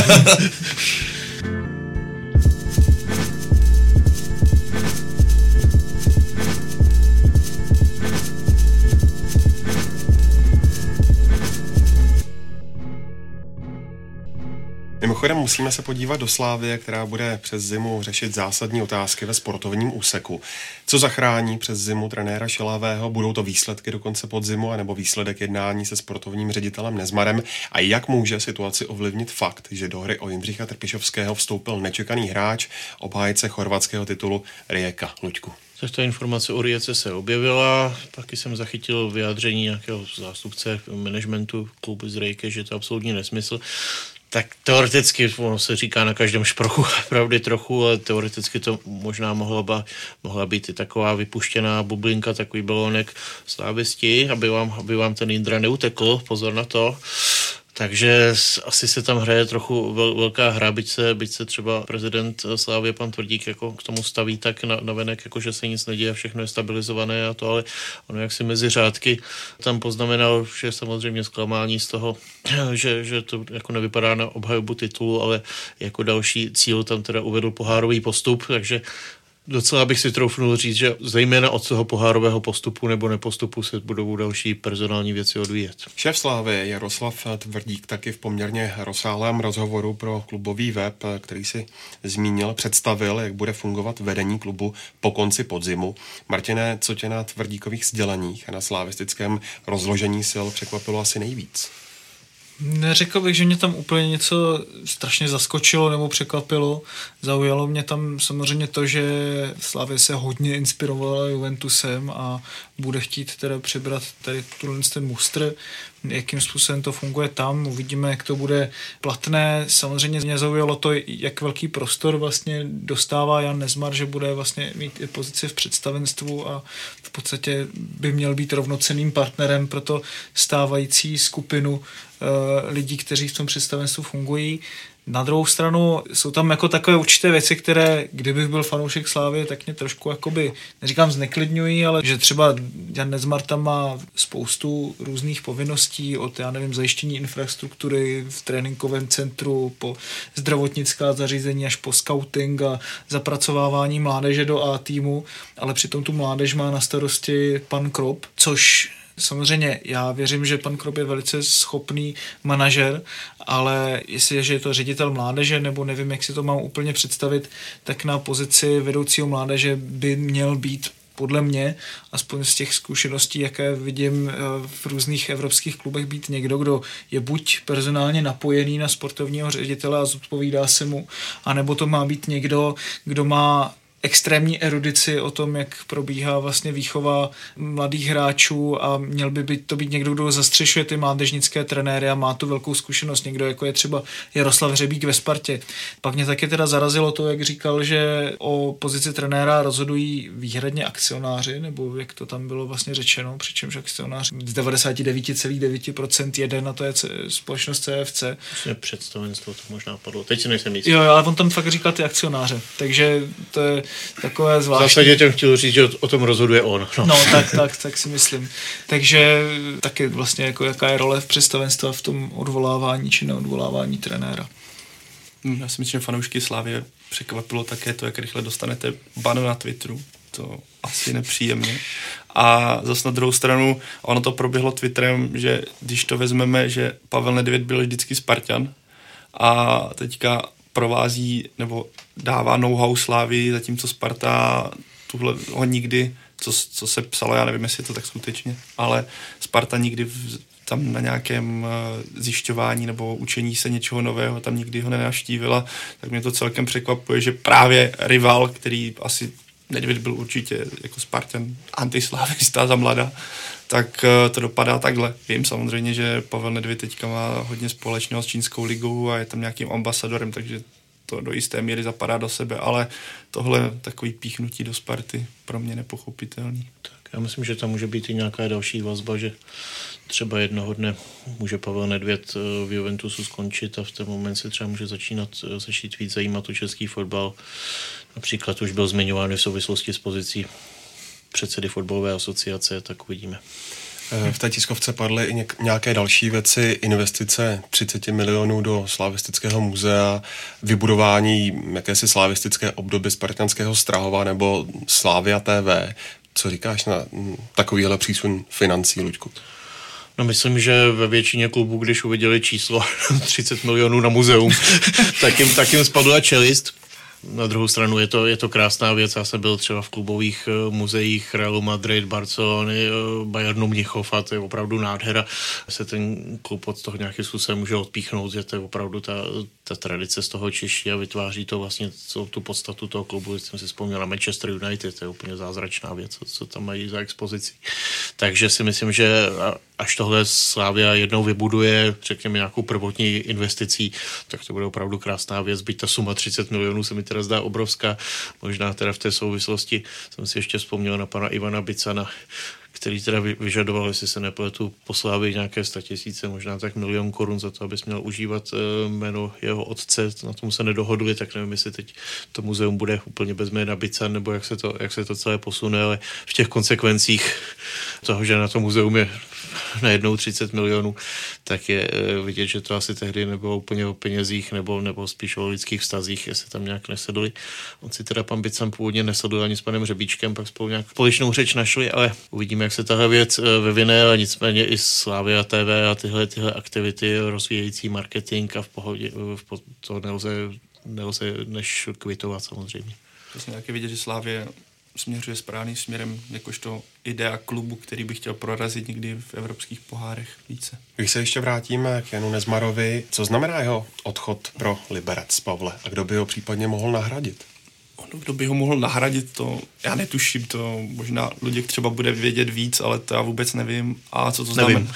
Mimochodem musíme se podívat do Slávie, která bude přes zimu řešit zásadní otázky ve sportovním úseku. Co zachrání přes zimu trenéra Šilavého? Budou to výsledky do konce podzimu anebo výsledek jednání se sportovním ředitelem Nezmarem? A jak může situaci ovlivnit fakt, že do hry o Jindřicha Trpišovského vstoupil nečekaný hráč, obhájce chorvatského titulu Rijeka? Luďku. Tak ta informace o Rijece se objevila, taky jsem zachytil vyjádření nějakého zástupce managementu klubu z Rijeke, že to je absolutní nesmysl. Tak teoreticky, ono se říká na každém šprochu pravdy trochu, ale teoreticky to možná mohla, ba, mohla být i taková vypuštěná bublinka, takový balónek slávisti, aby vám, aby vám ten Jindra neutekl, pozor na to. Takže asi se tam hraje trochu vel, velká hra, byť se, byť se třeba prezident Slávie, pan Tvrdík, jako k tomu staví tak na, na venek, jako že se nic neděje, všechno je stabilizované a to, ale ono jak si mezi řádky tam poznamenal, že samozřejmě zklamání z toho, že, že to jako nevypadá na obhajobu titulu, ale jako další cíl tam teda uvedl pohárový postup, takže docela bych si troufnul říct, že zejména od toho pohárového postupu nebo nepostupu se budou další personální věci odvíjet. Šéf Slávy Jaroslav Tvrdík taky v poměrně rozsáhlém rozhovoru pro klubový web, který si zmínil, představil, jak bude fungovat vedení klubu po konci podzimu. Martine, co tě na Tvrdíkových sděleních a na slavistickém rozložení sil překvapilo asi nejvíc? Neřekl bych, že mě tam úplně něco strašně zaskočilo nebo překvapilo. Zaujalo mě tam samozřejmě to, že Slavia se hodně inspirovala Juventusem a bude chtít teda přebrat tady ten mustr. Jakým způsobem to funguje tam, uvidíme, jak to bude platné. Samozřejmě mě zaujalo to, jak velký prostor vlastně dostává Jan Nezmar, že bude vlastně mít i pozici v představenstvu a v podstatě by měl být rovnocenným partnerem pro to stávající skupinu uh, lidí, kteří v tom představenstvu fungují. Na druhou stranu jsou tam jako takové určité věci, které, kdybych byl fanoušek Slávie, tak mě trošku jakoby, neříkám zneklidňují, ale že třeba Jan Nezmar tam má spoustu různých povinností od, já nevím, zajištění infrastruktury v tréninkovém centru, po zdravotnická zařízení až po scouting a zapracovávání mládeže do A týmu, ale přitom tu mládež má na starosti pan Krop, což samozřejmě já věřím, že pan Krop je velice schopný manažer, ale jestli je, že je to ředitel mládeže, nebo nevím, jak si to mám úplně představit, tak na pozici vedoucího mládeže by měl být podle mě, aspoň z těch zkušeností, jaké vidím v různých evropských klubech, být někdo, kdo je buď personálně napojený na sportovního ředitele a zodpovídá se mu, anebo to má být někdo, kdo má extrémní erudici o tom, jak probíhá vlastně výchova mladých hráčů a měl by být, to být někdo, kdo zastřešuje ty mládežnické trenéry a má tu velkou zkušenost, někdo jako je třeba Jaroslav Hřebík ve Spartě. Pak mě taky teda zarazilo to, jak říkal, že o pozici trenéra rozhodují výhradně akcionáři, nebo jak to tam bylo vlastně řečeno, přičemž akcionář z devadesát devět celá devět procent jede na to je společnost C F C. Představenstvo to možná padlo. Teď si nejsem jistý. Jo, ale on tam fakt říkal ty akcionáře, takže to je takové zvláštní. V zásadě těm chtěl říct, že o tom rozhoduje on. No, no tak, tak, tak si myslím. Takže taky vlastně jako jaká je role v představenstva v tom odvolávání či neodvolávání trenéra. Já si myslím, že fanoušky Slávie překvapilo také to, jak rychle dostanete ban na Twitteru. To asi nepříjemně. A zase na druhou stranu, ono to proběhlo Twitterem, že když to vezmeme, že Pavel Nedvěd byl vždycky Spartan a teďka provází nebo dává know-how Slávy, zatímco Sparta tuhle ho nikdy, co, co se psalo, já nevím, jestli je to tak skutečně, ale Sparta nikdy v, tam na nějakém uh, zjišťování nebo učení se něčeho nového, tam nikdy ho nenavštívila, tak mě to celkem překvapuje, že právě rival, který asi Nedvěd byl určitě jako Spartan antislávista za mlada, tak to dopadá takhle. Vím samozřejmě, že Pavel Nedvěd teďka má hodně společného s čínskou ligou a je tam nějakým ambasadorem, takže to do jisté míry zapadá do sebe, ale tohle takový píchnutí do Sparty pro mě nepochopitelný. Tak já myslím, že tam může být i nějaká další vazba, že třeba jednoho dne může Pavel Nedvěd v Juventusu skončit a v ten moment se třeba může začínat, začít víc zajímat o český fotbal. Například už byl zmiňován v souvislosti s pozicí předsedy fotbalové asociace, tak uvidíme. V té tiskovce padly i něk- nějaké další věci, investice třicet milionů do slavistického muzea, vybudování jakési slavistické obdoby spartanského Strahova nebo Slavia T V. Co říkáš na takovýhle přísun financí, Luďku? No myslím, že ve většině klubů, když uviděli číslo třicet milionů na muzeum, tak jim, tak jim spadla čelist. Na druhou stranu je to, je to krásná věc. Já jsem byl třeba v klubových uh, muzeích Realu Madrid, Barcelony, uh, Bayernu Mnichov a to je opravdu nádhera. Se ten klub od toho nějakým způsobem může odpíchnout, že to je opravdu ta, ta tradice z toho čiší a vytváří to vlastně celou tu podstatu toho klubu. Jsem si vzpomněl na Manchester United, to je úplně zázračná věc, co tam mají za expozici. Takže si myslím, že až tohle Slavia jednou vybuduje, řekněme nějakou prvotní investicí, tak to bude opravdu krásná věc. Byť ta suma třicet milionů se mi teda zdá obrovská. Možná teda v té souvislosti jsem si ještě vzpomněl na pana Ivana Bicana, který teda vyžadoval, jestli se nepletu, po Slavii nějaké statisíce, možná tak milion korun za to, abys měl užívat jméno jeho otce. Na tom se nedohodli, tak nevím, jestli teď to muzeum bude úplně bez jména Bican, nebo jak se to, jak se to celé posune, ale v těch konsekvencích toho, že na to muzeum je najednou třicet milionů, tak je vidět, že to asi tehdy nebylo úplně o penězích, nebo, nebo spíš o lidských vztazích, jestli tam nějak nesedli. On si teda pan Bican původně nesedl ani s panem Řebíčkem, pak spolu nějak společnou řeč našli, ale uvidíme, jak se tahle věc vyvine, ale nicméně i Slavia T V a tyhle, tyhle aktivity rozvíjející marketing a v pohodě, v po, to nelze, nelze než kvitovat samozřejmě. Přesně taky vidět, že Slavia směřuje správným směrem jakožto idea klubu, který by chtěl prorazit někdy v evropských pohárech více. Když se ještě vrátíme k Janu Nezmarovi, co znamená jeho odchod pro Liberec, Pavle? A kdo by ho případně mohl nahradit? Ono, kdo by ho mohl nahradit, to já netuším, to možná Luděk třeba bude vědět víc, ale to já vůbec nevím. A co to znamená?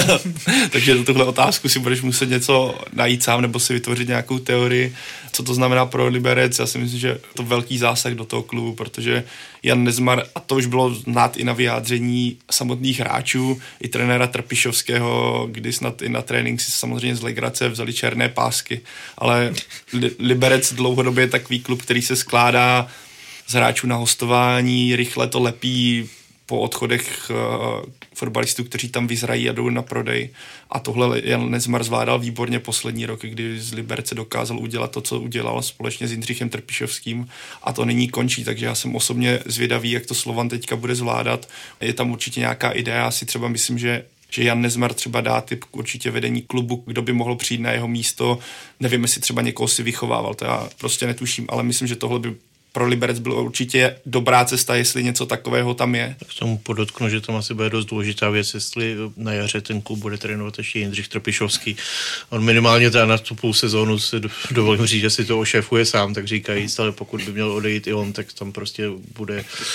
Takže do tuhle otázku si budeš muset něco najít sám nebo si vytvořit nějakou teorii, co to znamená pro Liberec. Já si myslím, že to velký zásah do toho klubu, protože Jan Nezmar, a to už bylo znát i na vyjádření samotných hráčů, i trenéra Trpišovského, kdy snad i na trénink si samozřejmě z legrace vzali černé pásky, ale Liberec dlouhodobě je takový klub, který se skládá z hráčů na hostování, rychle to lepí po odchodech uh, fotbalistů, kteří tam vyzrají a jdou na prodej. A tohle Jan Nezmar zvládal výborně poslední roky, kdy z Liberce dokázal udělat to, co udělal společně s Jindřichem Trpišovským a to nyní končí, takže já jsem osobně zvědavý, jak to Slovan teďka bude zvládat. Je tam určitě nějaká idea, já si třeba myslím, že že Jan Nezmar třeba dá typ určitě vedení klubu, kdo by mohl přijít na jeho místo. Nevím, jestli třeba někoho si vychovával, to já prostě netuším, ale myslím, že tohle by pro Liberec bylo určitě dobrá cesta, jestli něco takového tam je. K tomu podotknu, že tam asi bude dost důležitá věc, jestli na jaře ten klub bude trénovat ještě Jindřich Trpišovský. On minimálně teda na tu půl sezónu si dovolím říct, že si to ošéfuje sám, tak říkají, ale pokud by měl odejít i on, tak tam prostě bude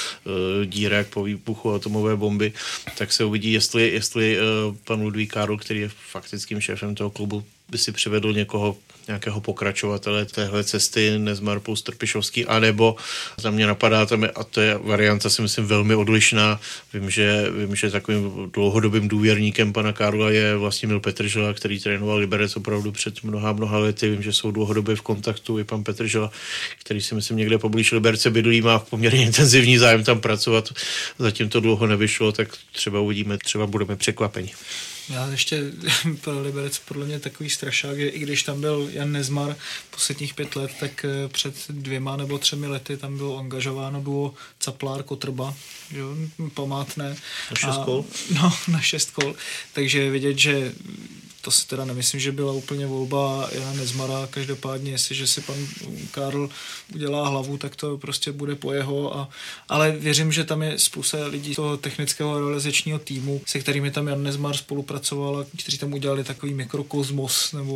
uh, díra jak po výbuchu atomové bomby, tak se uvidí, jestli, jestli uh, pan Ludvík Karl, který je faktickým šéfem toho klubu, by si přivedl někoho, nějakého pokračovatele téhle cesty, Nezmar plus Trpišovský, anebo za mě napadá tam, a to je varianta, si myslím, velmi odlišná. Vím, že, vím, že takovým dlouhodobým důvěrníkem pana Karla je Vlastimil Petržela, který trénoval Liberec opravdu před mnoha, mnoha lety. Vím, že jsou dlouhodobě v kontaktu i pan Petržela, který si myslím někde poblíž Liberce bydlí, má poměrně intenzivní zájem tam pracovat. Zatím to dlouho nevyšlo, tak třeba uvidíme, třeba budeme překvapeni. Já ještě pro Liberec podle mě takový strašák, že i když tam byl Jan Nezmar posledních pět let, tak před dvěma nebo třemi lety tam bylo angažováno duo Caplár-Kotrba, jo, památné. Na šest kol? No, na šest kol. Takže je vidět, že to si teda nemyslím, že byla úplně volba Jana Nezmara. Každopádně, jestliže si pan Karl udělá hlavu, tak to prostě bude po jeho. A, ale věřím, že tam je spousta lidí z toho technického realizačního týmu, se kterými tam Jan Nezmar spolupracoval a kteří tam udělali takový mikrokosmos nebo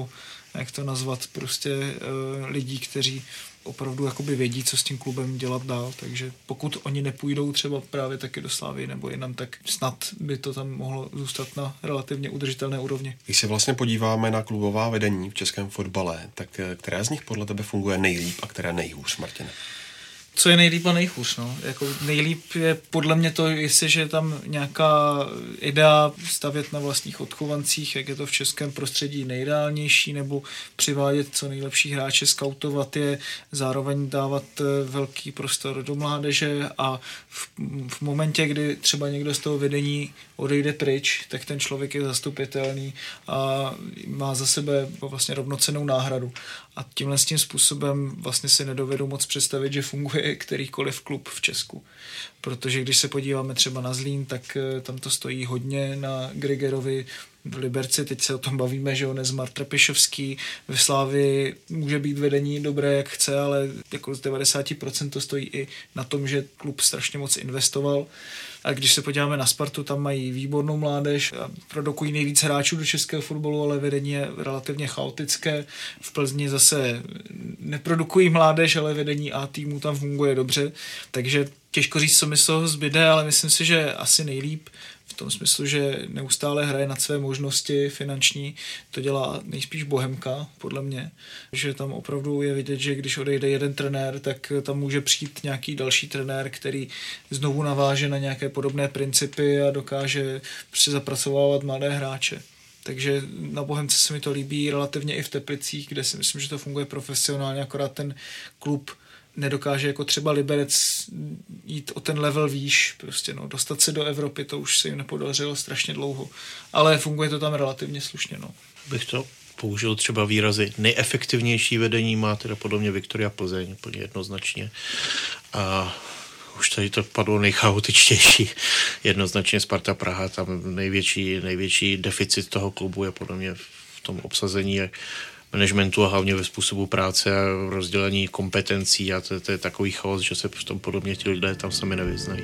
jak to nazvat, prostě uh, lidí, kteří opravdu jakoby vědí, co s tím klubem dělat dál, takže pokud oni nepůjdou třeba právě taky do Slávy nebo jinam, tak snad by to tam mohlo zůstat na relativně udržitelné úrovni. Když se vlastně podíváme na klubová vedení v českém fotbale, tak které z nich podle tebe funguje nejlíp a které nejhůř, Martine? Co je nejlíp a nejhůř, no. Jako nejlíp je podle mě to, jestliže je tam nějaká idea stavět na vlastních odchovancích, jak je to v českém prostředí nejideálnější, nebo přivádět co nejlepší hráče, skautovat je, zároveň dávat velký prostor do mládeže a v, v momentě, kdy třeba někdo z toho vedení odejde pryč, tak ten člověk je zastupitelný a má za sebe vlastně rovnocennou náhradu. A tímhle s tím způsobem vlastně si nedovedu moc představit, že funguje kterýkoliv klub v Česku. Protože když se podíváme třeba na Zlín, tak tam to stojí hodně na Grigerovi, v Liberci, teď se o tom bavíme, že on je Zmar Trpišovský, ve Slávii může být vedení dobré, jak chce, ale jako z devadesát procent to stojí i na tom, že klub strašně moc investoval. A když se podíváme na Spartu, tam mají výbornou mládež a produkují nejvíc hráčů do českého fotbalu, ale vedení je relativně chaotické. V Plzni zase neprodukují mládež, ale vedení A týmu tam funguje dobře. Takže těžko říct, co mi z toho zbyde, ale myslím si, že asi nejlíp v tom smyslu, že neustále hraje nad své možnosti finanční. To dělá nejspíš Bohemka, podle mě. Že tam opravdu je vidět, že když odejde jeden trenér, tak tam může přijít nějaký další trenér, který znovu naváže na nějaké podobné principy a dokáže prostě zapracovávat mladé hráče. Takže na Bohemce se mi to líbí relativně i v Teplicích, kde si myslím, že to funguje profesionálně, akorát ten klub nedokáže jako třeba Liberec jít o ten level výš, prostě no, dostat se do Evropy, to už se jim nepodařilo strašně dlouho, ale funguje to tam relativně slušně, no. Bych to použil třeba výrazy nejefektivnější vedení má teda podle mě Viktoria Plzeň, úplně jednoznačně. A už tady to padlo nejchaotičtější, jednoznačně Sparta Praha, tam největší, největší deficit toho klubu je podle mě v tom obsazení je managementu a hlavně ve způsobu práce a rozdělení kompetencí a to, to je takový chaos, že se v tom podobně ti lidé tam sami nevyznají.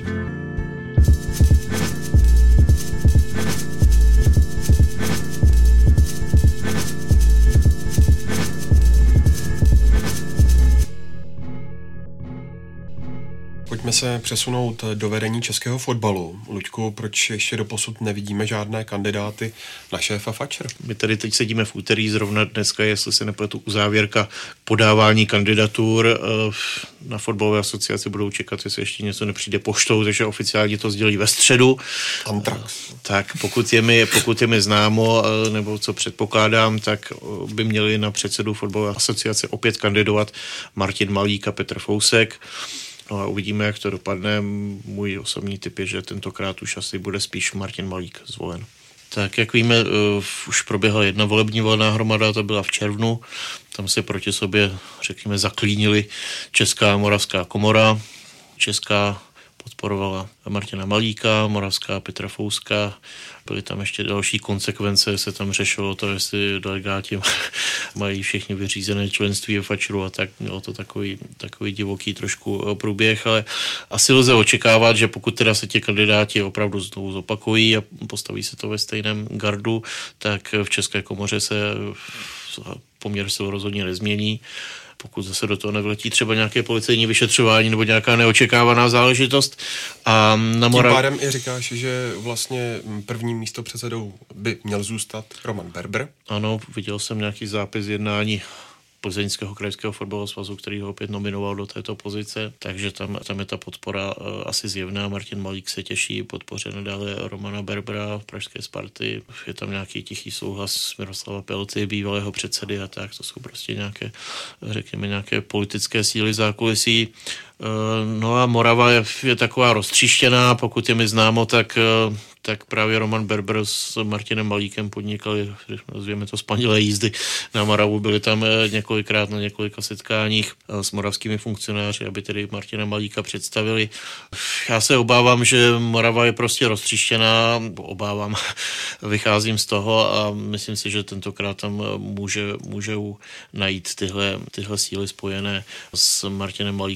Pojďme se přesunout do vedení českého fotbalu. Luďku, proč ještě doposud nevidíme žádné kandidáty na šéfa Fatcher? My tady teď sedíme v úterý, zrovna dneska, jestli se nepletu, uzávěrka podávání kandidatur. Na fotbalové asociaci budou čekat, jestli ještě něco nepřijde poštou, takže oficiálně to sdělí ve středu. Antrax. Tak pokud je mi, pokud je mi známo, nebo co předpokládám, tak by měli na předsedu fotbalové asociace opět kandidovat Martin Malík a Petr Fousek. No a uvidíme, jak to dopadne. Můj osobní tip je, že tentokrát už asi bude spíš Martin Malík zvolen. Tak jak víme, uh, už proběhla jedna volební valná hromada, to byla v červnu. Tam se proti sobě, řekněme, zaklínili Česká a Moravská komora. Česká podporovala Martina Malíka, Moravská Petra Fouska. Byly tam ještě další konsekvence, se tam řešilo to, jestli delegáti mají všichni vyřízené členství v Fatcheru a tak. Mělo to takový, takový divoký trošku průběh, ale asi lze očekávat, že pokud teda se ti kandidáti opravdu znovu zopakují a postaví se to ve stejném gardu, tak v České komoře se poměr sil rozhodně nezmění. Pokud zase do toho nevletí třeba nějaké policejní vyšetřování nebo nějaká neočekávaná záležitost. A na Morav... Tím pádem i říkáš, že vlastně prvním místopředsedou by měl zůstat Roman Berber. Ano, viděl jsem nějaký zápis jednání Plzeňského krajského fotbalového svazu, který ho opět nominoval do této pozice, takže tam, tam je ta podpora uh, asi zjevná. Martin Malík se těší podpoře nadále Romana Berbera v pražské Sparty. Je tam nějaký tichý souhlas Miroslava Pelty, bývalého předsedy a tak. To jsou prostě nějaké, řekněme, nějaké politické síly zákulisí. Uh, no a Morava je, je taková roztříštěná, pokud je mi známo, tak uh, tak právě Roman Berber s Martinem Malíkem podnikali, nazvěme to, spanilé jízdy na Moravu. Byli tam několikrát na několika setkáních s moravskými funkcionáři, aby tedy Martina Malíka představili. Já se obávám, že Morava je prostě roztříštěná, obávám, vycházím z toho a myslím si, že tentokrát tam může, můžou najít tyhle, tyhle síly spojené s Martinem Malíkem větší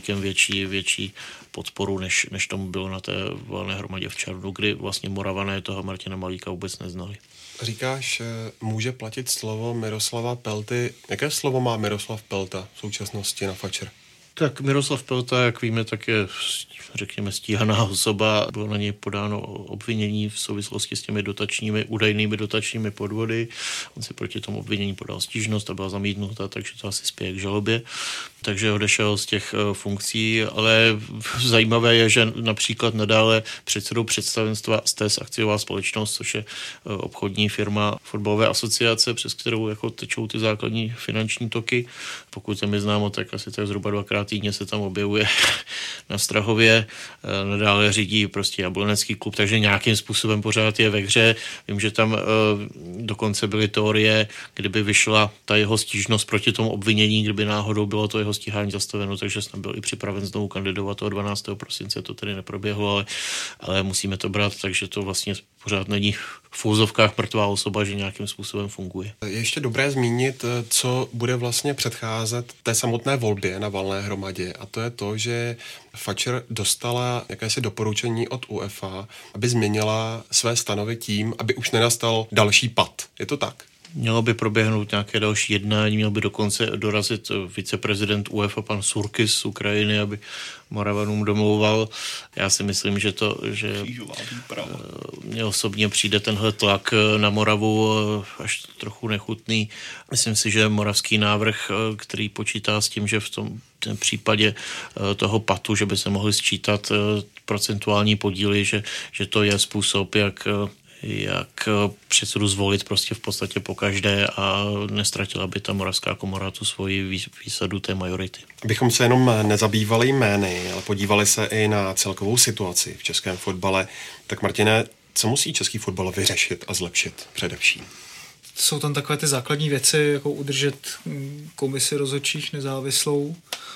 větší, větší podporu, než, než tomu bylo na té valné hromadě v červnu, kdy vlastně Moravané toho Martina Malíka vůbec neznali. Říkáš, může platit slovo Miroslava Pelty. Jaké slovo má Miroslav Pelta v současnosti na Fatcher? Tak Miroslav Pelta, jak víme, tak je, řekněme, stíhaná osoba. Bylo na něj podáno obvinění v souvislosti s těmi dotačními, údajnými dotačními podvody. On si proti tomu obvinění podal stížnost a byla zamítnuta, takže to asi spěje k žalobě. Takže odešel z těch funkcí, ale zajímavé je, že například nadále předsedou představenstva S T E S akciová společnost, což je obchodní firma fotbalové asociace, přes kterou jako tečou ty základní finanční toky. Pokud se mi známo, tak asi tak zhruba dvakrát týdně se tam objevuje na Strahově. Nadále řídí prostě Jablonecký klub, takže nějakým způsobem pořád je ve hře. Vím, že tam dokonce byly teorie, kdyby vyšla ta jeho stížnost proti tomu obvinění, kdyby náhodou bylo to jeho stíhání zastaveno, takže snad byl i připraven znovu kandidovat toho dvanáctého prosince, to tedy neproběhlo, ale, ale musíme to brát, takže to vlastně pořád není v úzovkách mrtvá osoba, že nějakým způsobem funguje. Je ještě dobré zmínit, co bude vlastně předcházet té samotné volbě na valné hromadě, a to je to, že Fatcher dostala jakési doporučení od UEFA, aby změnila své stanovy tím, aby už nenastal další pad. Je to tak? Mělo by proběhnout nějaké další jednání, měl by dokonce dorazit viceprezident UEFA pan Surkis z Ukrajiny, aby Moravanům domlouval. Já si myslím, že to, že mně osobně přijde tenhle tlak na Moravu až trochu nechutný. Myslím si, že moravský návrh, který počítá s tím, že v tom v případě toho patu, že by se mohly sčítat procentuální podíly, že, že to je způsob, jak jak předsedu zvolit prostě v podstatě pokaždé a nestratila by ta Moravská komora tu svoji výsadu té majority. Abychom se jenom nezabývali jmény, ale podívali se i na celkovou situaci v českém fotbale, tak Martine, co musí český fotbal vyřešit a zlepšit především? Jsou tam takové ty základní věci, jako udržet komisi rozhodčích nezávislou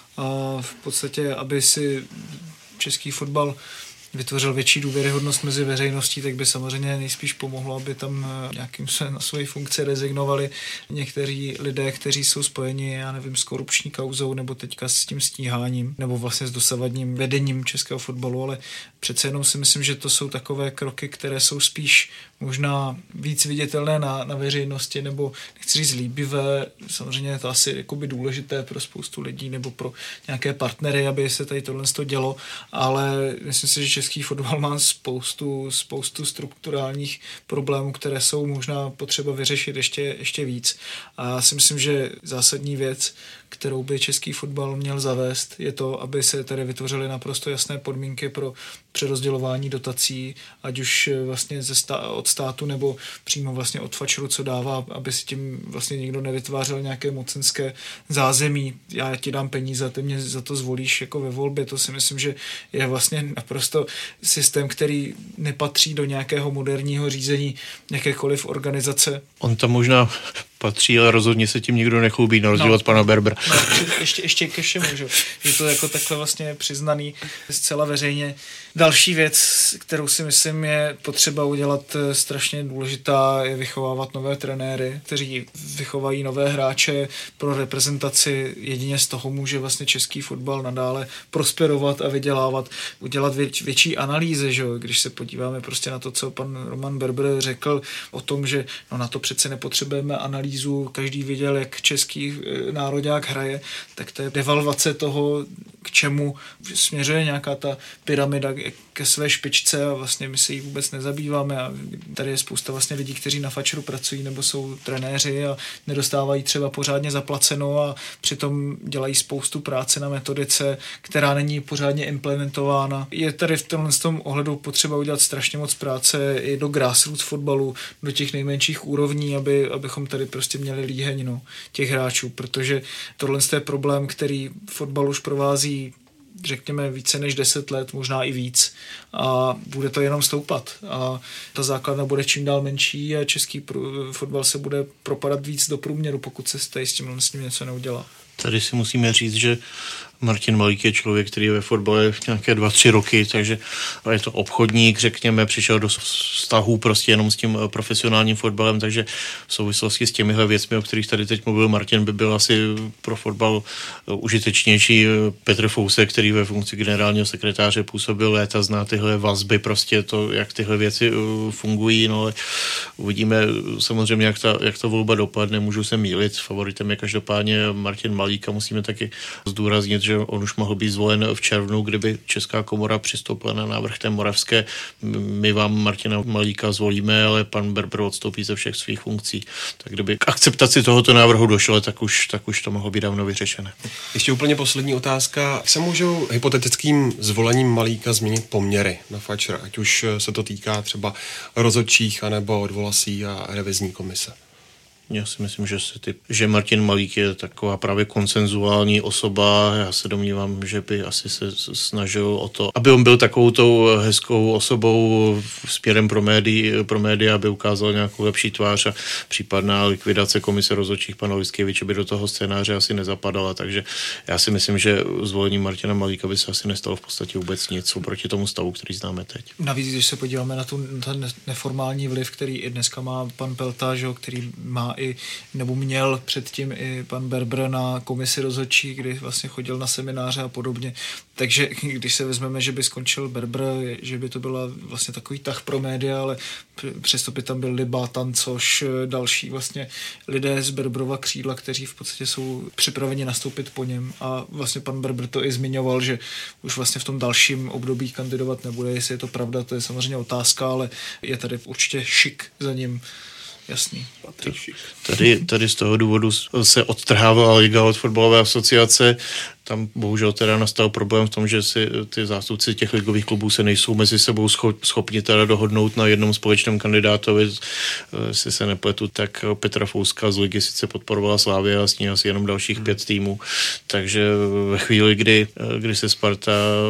a v podstatě, aby si český fotbal vytvořil větší důvěryhodnost mezi veřejností, tak by samozřejmě nejspíš pomohlo, aby tam nějakým se na svoji funkci rezignovali někteří lidé, kteří jsou spojeni, já nevím, s korupční kauzou nebo teďka s tím stíháním nebo vlastně s dosavadním vedením českého fotbalu, ale přece jenom si myslím, že to jsou takové kroky, které jsou spíš možná víc viditelné na, na veřejnosti nebo nechci říct líbivé, samozřejmě je to asi jakoby důležité pro spoustu lidí nebo pro nějaké partnery, aby se tady tohle dělo, ale myslím si, že český fotbal má spoustu, spoustu strukturálních problémů, které jsou možná potřeba vyřešit ještě, ještě víc. A já si myslím, že zásadní věc, kterou by český fotbal měl zavést, je to, aby se tady vytvořily naprosto jasné podmínky pro přerozdělování dotací, ať už vlastně ze stá- od státu nebo přímo vlastně od Fatcheru, co dává, aby si tím vlastně nikdo nevytvářel nějaké mocenské zázemí. Já ti dám peníze, ty mě za to zvolíš jako ve volbě. To si myslím, že je vlastně naprosto systém, který nepatří do nějakého moderního řízení jakékoliv organizace. On tam možná patří, ale rozhodně se tím nikdo nechlubí, na rozdíl no, od pana Berbera. No, ještě, ještě ke všemu, že je to jako takhle vlastně přiznaný zcela veřejně. Další věc, kterou si myslím je potřeba udělat strašně důležitá, je vychovávat nové trenéry, kteří vychovají nové hráče pro reprezentaci. Jedině z toho může vlastně český fotbal nadále prosperovat a vydělávat. Udělat věč, větší analýzy, že? Když se podíváme prostě na to, co pan Roman Berber řekl o tom, že no, na to přece nepotřebujeme analýzu, každý viděl, jak český nároďák hraje, tak to je devalvace toho, k čemu směřuje nějaká ta pyramida ke své špičce a vlastně my se jí vůbec nezabýváme a tady je spousta vlastně lidí, kteří na Fatcheru pracují nebo jsou trenéři a nedostávají třeba pořádně zaplaceno a přitom dělají spoustu práce na metodice, která není pořádně implementována. Je tady v tomhle tom ohledu potřeba udělat strašně moc práce i do grassroots fotbalu, do těch nejmenších úrovní, aby, abychom tady prostě měli líheň no, těch hráčů, protože tohle je problém, který fotbal už provází řekněme více než deset let, možná i víc a bude to jenom stoupat a ta základna bude čím dál menší a český fotbal se bude propadat víc do průměru, pokud se tady s tím, s tím něco neudělá. Tady si musíme říct, že Martin Malík je člověk, který je ve fotbale nějaké dva, tři roky, takže je to obchodník, řekněme, přišel do vztahu prostě jenom s tím profesionálním fotbalem, takže v souvislosti s těmihle věcmi, o kterých tady teď mluvil Martin, by byl asi pro fotbal užitečnější. Petr Fousek, který ve funkci generálního sekretáře působil léta, zná tyhle vazby, prostě to, jak tyhle věci fungují, no ale uvidíme samozřejmě, jak ta, jak ta volba dopadne, můžu se mýlit, favoritem je každopádně Martin Malík a musíme taky zdůraznit, že on už mohl být zvolen v červnu, kdyby Česká komora přistoupila na návrh té moravské. My vám Martina Malíka zvolíme, ale pan Berber odstoupí ze všech svých funkcí. Tak kdyby k akceptaci tohoto návrhu došlo, tak už, tak už to mohlo být dávno vyřešené. Ještě úplně poslední otázka. Se můžou hypotetickým zvolením Malíka změnit poměry na FAČR, ať už se to týká třeba rozhodčích anebo odvolací a revizní komise? Já si myslím, že, se ty, že Martin Malík je taková právě konsenzuální osoba. Já se domnívám, že by asi se snažil o to, aby on byl takovou tou hezkou osobou směrem pro média, pro média, aby ukázal nějakou lepší tvář a případná likvidace komise rozhodčích pana Liskeviče by do toho scénáře asi nezapadala. Takže já si myslím, že zvolení Martina Malíka by se asi nestalo v podstatě vůbec nic oproti tomu stavu, který známe teď. Navíc, když se podíváme na tu, ten neformální vliv, který i dneska má pan Pelta, že, který má i, nebo měl předtím i pan Berber na komisi rozhodčí, kdy vlastně chodil na semináře a podobně. Takže když se vezmeme, že by skončil Berber, že by to byla vlastně takový tah pro média, ale přesto by tam byl Liba, Tancoš, další vlastně lidé z Berberova křídla, kteří v podstatě jsou připraveni nastoupit po něm a vlastně pan Berber to i zmiňoval, že už vlastně v tom dalším období kandidovat nebude. Jestli je to pravda, to je samozřejmě otázka, ale je tady určitě šik za ním. Jasný. Tady, tady z toho důvodu se odtrhávala liga od fotbalové asociace. Tam bohužel teda nastal problém v tom, že si ty zástupci těch ligových klubů se nejsou mezi sebou schopni teda dohodnout na jednom společném kandidátovi. Jestli se nepletu, tak Petra Fouska z ligy sice podporovala Slavia a s ní asi jenom dalších hmm. pět týmů. Takže ve chvíli, kdy, kdy se Sparta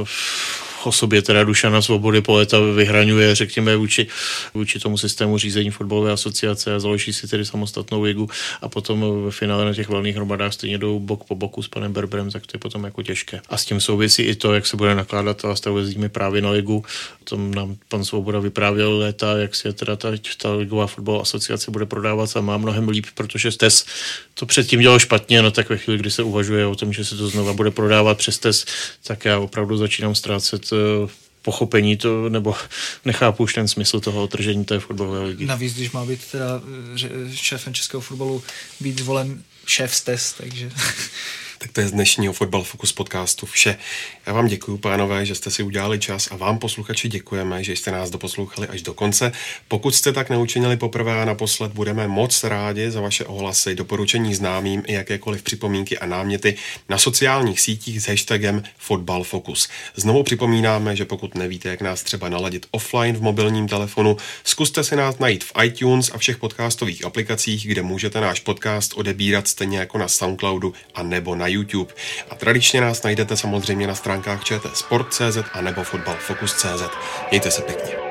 osobě teda Dušana Svobody po léta vyhraňuje, řekněme, vůči, vůči tomu systému řízení fotbalové asociace a založí si tedy samostatnou ligu a potom ve finále na těch valných hromadách stejně jdou bok po boku s panem Berberem, tak to je potom jako těžké. A s tím souvisí i to, jak se bude nakládat a stavíme právě na ligu. O tom nám pan Svoboda vyprávěl léta, jak se teda ta, ta ligová fotbalová asociace bude prodávat a má mnohem líp, protože T E S to předtím dělal špatně, no tak ve chvíli, kdy se uvažuje o tom, že se to znova bude prodávat přes T E S, tak já opravdu začínám ztrácet pochopení to, nebo nechápu už ten smysl toho otržení té fotbalové ligy. Navíc, když má být teda šéfem českého fotbalu být zvolen šéf z T E S, takže... Tak to je z dnešního Fotbal Focus podcastu vše. Já vám děkuji, pánové, že jste si udělali čas a vám, posluchači, děkujeme, že jste nás doposlouchali až do konce. Pokud jste tak neučinili poprvé a naposled, budeme moc rádi za vaše ohlasy, doporučení známým i jakékoliv připomínky a náměty na sociálních sítích s hashtagem Fotbal Focus. Znovu připomínáme, že pokud nevíte, jak nás třeba naladit offline v mobilním telefonu, zkuste si nás najít v iTunes a všech podcastových aplikacích, kde můžete náš podcast odebírat stejně jako na Soundcloudu a nebo na YouTube. A tradičně nás najdete samozřejmě na stránkách ČT Sport tečka cé zet a nebo fotbal focus tečka cé zet. Mějte se pěkně.